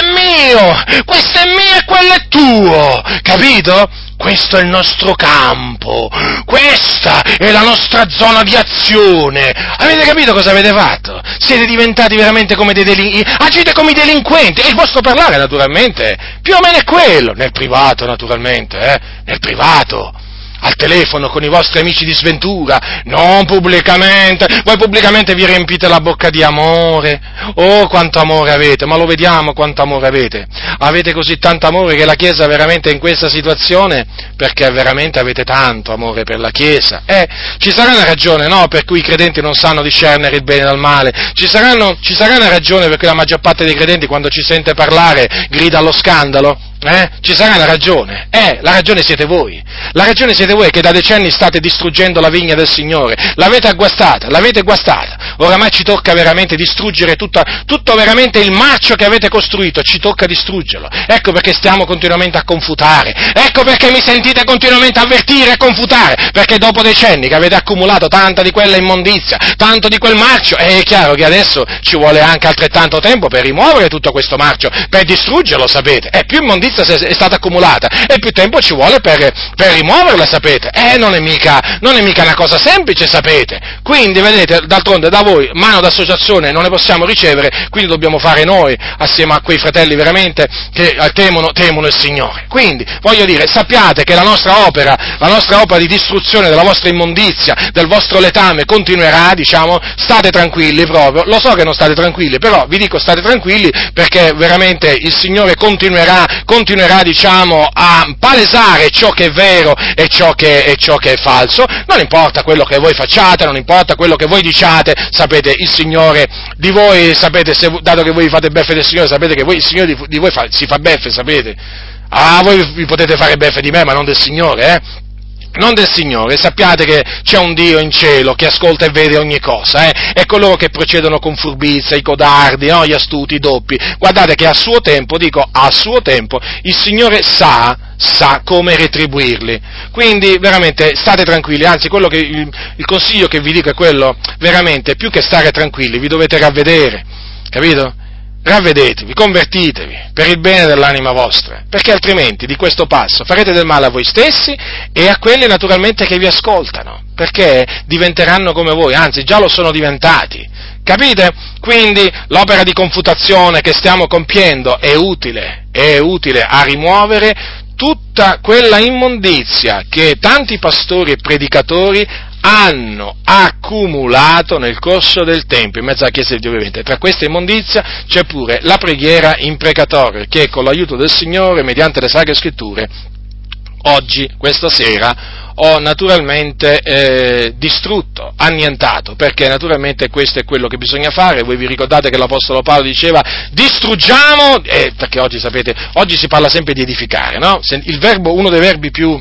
quello è tuo, capito? Questo è il nostro campo, questa è la nostra zona di azione. Avete capito cosa avete fatto? Siete diventati veramente come dei delinquenti, agite come i delinquenti, e il vostro parlare naturalmente più o meno è quello, nel privato naturalmente, nel privato, al telefono con i vostri amici di sventura, non pubblicamente. Voi pubblicamente vi riempite la bocca di amore. Oh, quanto amore avete, ma lo vediamo quanto amore avete. Avete così tanto amore che la Chiesa veramente è in questa situazione perché veramente avete tanto amore per la Chiesa. Ci sarà una ragione, no, per cui i credenti non sanno discernere il bene dal male. Ci sarà una ragione per cui la maggior parte dei credenti quando ci sente parlare grida allo scandalo? Ci sarà una ragione. La ragione siete voi. La ragione siete voi che da decenni state distruggendo la vigna del Signore. L'avete guastata. Oramai ci tocca veramente distruggere tutto veramente il marcio che avete costruito. Ci tocca distruggerlo. Ecco perché stiamo continuamente a confutare. Ecco perché mi sentite continuamente avvertire e confutare. Perché dopo decenni che avete accumulato tanta di quella immondizia, tanto di quel marcio, è chiaro che adesso ci vuole anche altrettanto tempo per rimuovere tutto questo marcio, per distruggerlo, sapete. Più immondizia è stata accumulata e più tempo ci vuole per rimuoverla, sapete. Non è mica una cosa semplice, sapete. Quindi, vedete, d'altronde da voi mano d'associazione non ne possiamo ricevere, quindi dobbiamo fare noi, assieme a quei fratelli veramente che temono il Signore. Quindi, voglio dire, sappiate che la nostra opera di distruzione della vostra immondizia, del vostro letame continuerà, state tranquilli proprio. Lo so che non state tranquilli, però vi dico state tranquilli perché veramente il Signore continuerà a palesare ciò che è vero e ciò che è falso. Non importa quello che voi facciate, non importa quello che voi diciate, sapete, il Signore di voi, sapete, dato che voi fate beffe del Signore, sapete che il Signore di voi si fa beffe, sapete. Voi vi potete fare beffe di me, ma non del Signore, Non del Signore. Sappiate che c'è un Dio in cielo che ascolta e vede ogni cosa, e coloro che procedono con furbizia, i codardi, no? Gli astuti, i doppi. Guardate che a suo tempo, il Signore sa come retribuirli. Quindi veramente state tranquilli, anzi il consiglio che vi dico è quello, veramente, più che stare tranquilli, vi dovete ravvedere, capito? Ravvedetevi, convertitevi, per il bene dell'anima vostra, perché altrimenti di questo passo farete del male a voi stessi e a quelli naturalmente che vi ascoltano, perché diventeranno come voi, anzi già lo sono diventati, capite? Quindi l'opera di confutazione che stiamo compiendo è utile a rimuovere tutta quella immondizia che tanti pastori e predicatori hanno accumulato nel corso del tempo in mezzo alla Chiesa di Dio vivente. Tra questa immondizia c'è pure la preghiera imprecatoria, che con l'aiuto del Signore, mediante le Sacre Scritture, oggi, questa sera, ho naturalmente distrutto, annientato, perché naturalmente questo è quello che bisogna fare. Voi vi ricordate che l'Apostolo Paolo diceva distruggiamo, perché oggi, sapete, oggi si parla sempre di edificare, no? Il verbo, uno dei verbi più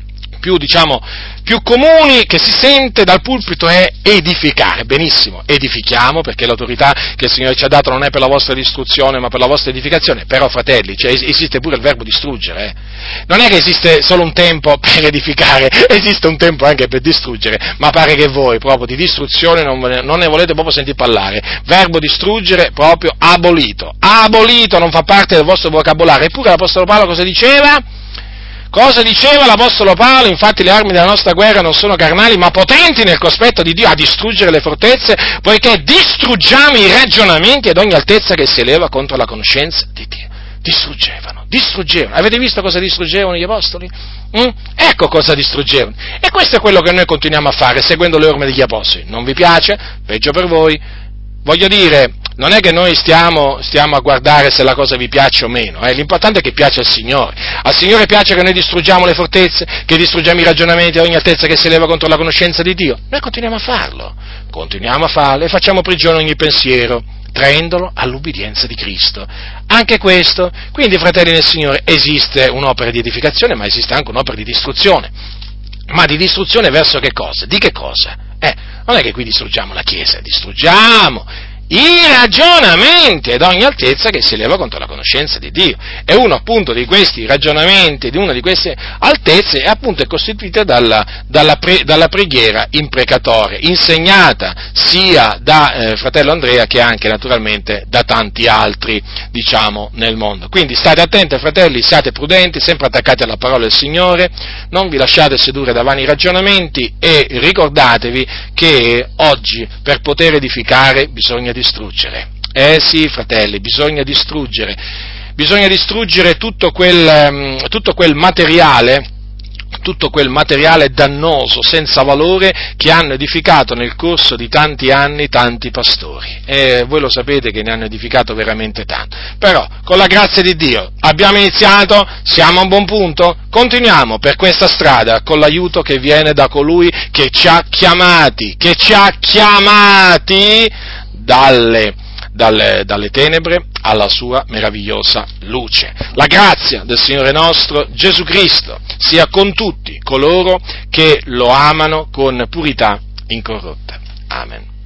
comuni che si sente dal pulpito è edificare. Benissimo, edifichiamo, perché l'autorità che il Signore ci ha dato non è per la vostra distruzione ma per la vostra edificazione. Però, fratelli, esiste pure il verbo distruggere, Non è che esiste solo un tempo per edificare, esiste un tempo anche per distruggere, ma pare che voi proprio di distruzione non ne volete proprio sentir parlare. Verbo distruggere proprio abolito, non fa parte del vostro vocabolario. Eppure l'Apostolo Paolo cosa diceva? Cosa diceva l'Apostolo Paolo? Infatti le armi della nostra guerra non sono carnali, ma potenti nel cospetto di Dio a distruggere le fortezze, poiché distruggiamo i ragionamenti ed ogni altezza che si eleva contro la conoscenza di Dio. Distruggevano. Avete visto cosa distruggevano gli apostoli? Ecco cosa distruggevano. E questo è quello che noi continuiamo a fare, seguendo le orme degli apostoli. Non vi piace? Peggio per voi. Voglio dire, non è che noi stiamo a guardare se la cosa vi piace o meno, l'importante è che piace al Signore. Al Signore piace che noi distruggiamo le fortezze, che distruggiamo i ragionamenti a ogni altezza che si eleva contro la conoscenza di Dio. Noi continuiamo a farlo e facciamo prigione ogni pensiero, traendolo all'ubbidienza di Cristo. Anche questo, quindi fratelli nel Signore, esiste un'opera di edificazione, ma esiste anche un'opera di distruzione. Ma di distruzione verso che cosa? Di che cosa? Non è che qui distruggiamo la Chiesa, distruggiamo i ragionamenti ed ogni altezza che si eleva contro la conoscenza di Dio. E uno appunto di questi ragionamenti, di una di queste altezze, è costituita dalla preghiera imprecatoria, insegnata sia da fratello Andrea che anche naturalmente da tanti altri, nel mondo. Quindi state attenti, fratelli, siate prudenti, sempre attaccati alla parola del Signore, non vi lasciate sedurre da vani ragionamenti e ricordatevi che oggi per poter edificare bisogna distruggere. Sì, fratelli, bisogna distruggere tutto quel materiale dannoso, senza valore, che hanno edificato nel corso di tanti anni tanti pastori. E voi lo sapete che ne hanno edificato veramente tanto. Però, con la grazia di Dio, abbiamo iniziato, siamo a un buon punto, continuiamo per questa strada con l'aiuto che viene da colui che ci ha chiamati dalle tenebre alla sua meravigliosa luce. La grazia del Signore nostro Gesù Cristo sia con tutti coloro che lo amano con purità incorrotta. Amen.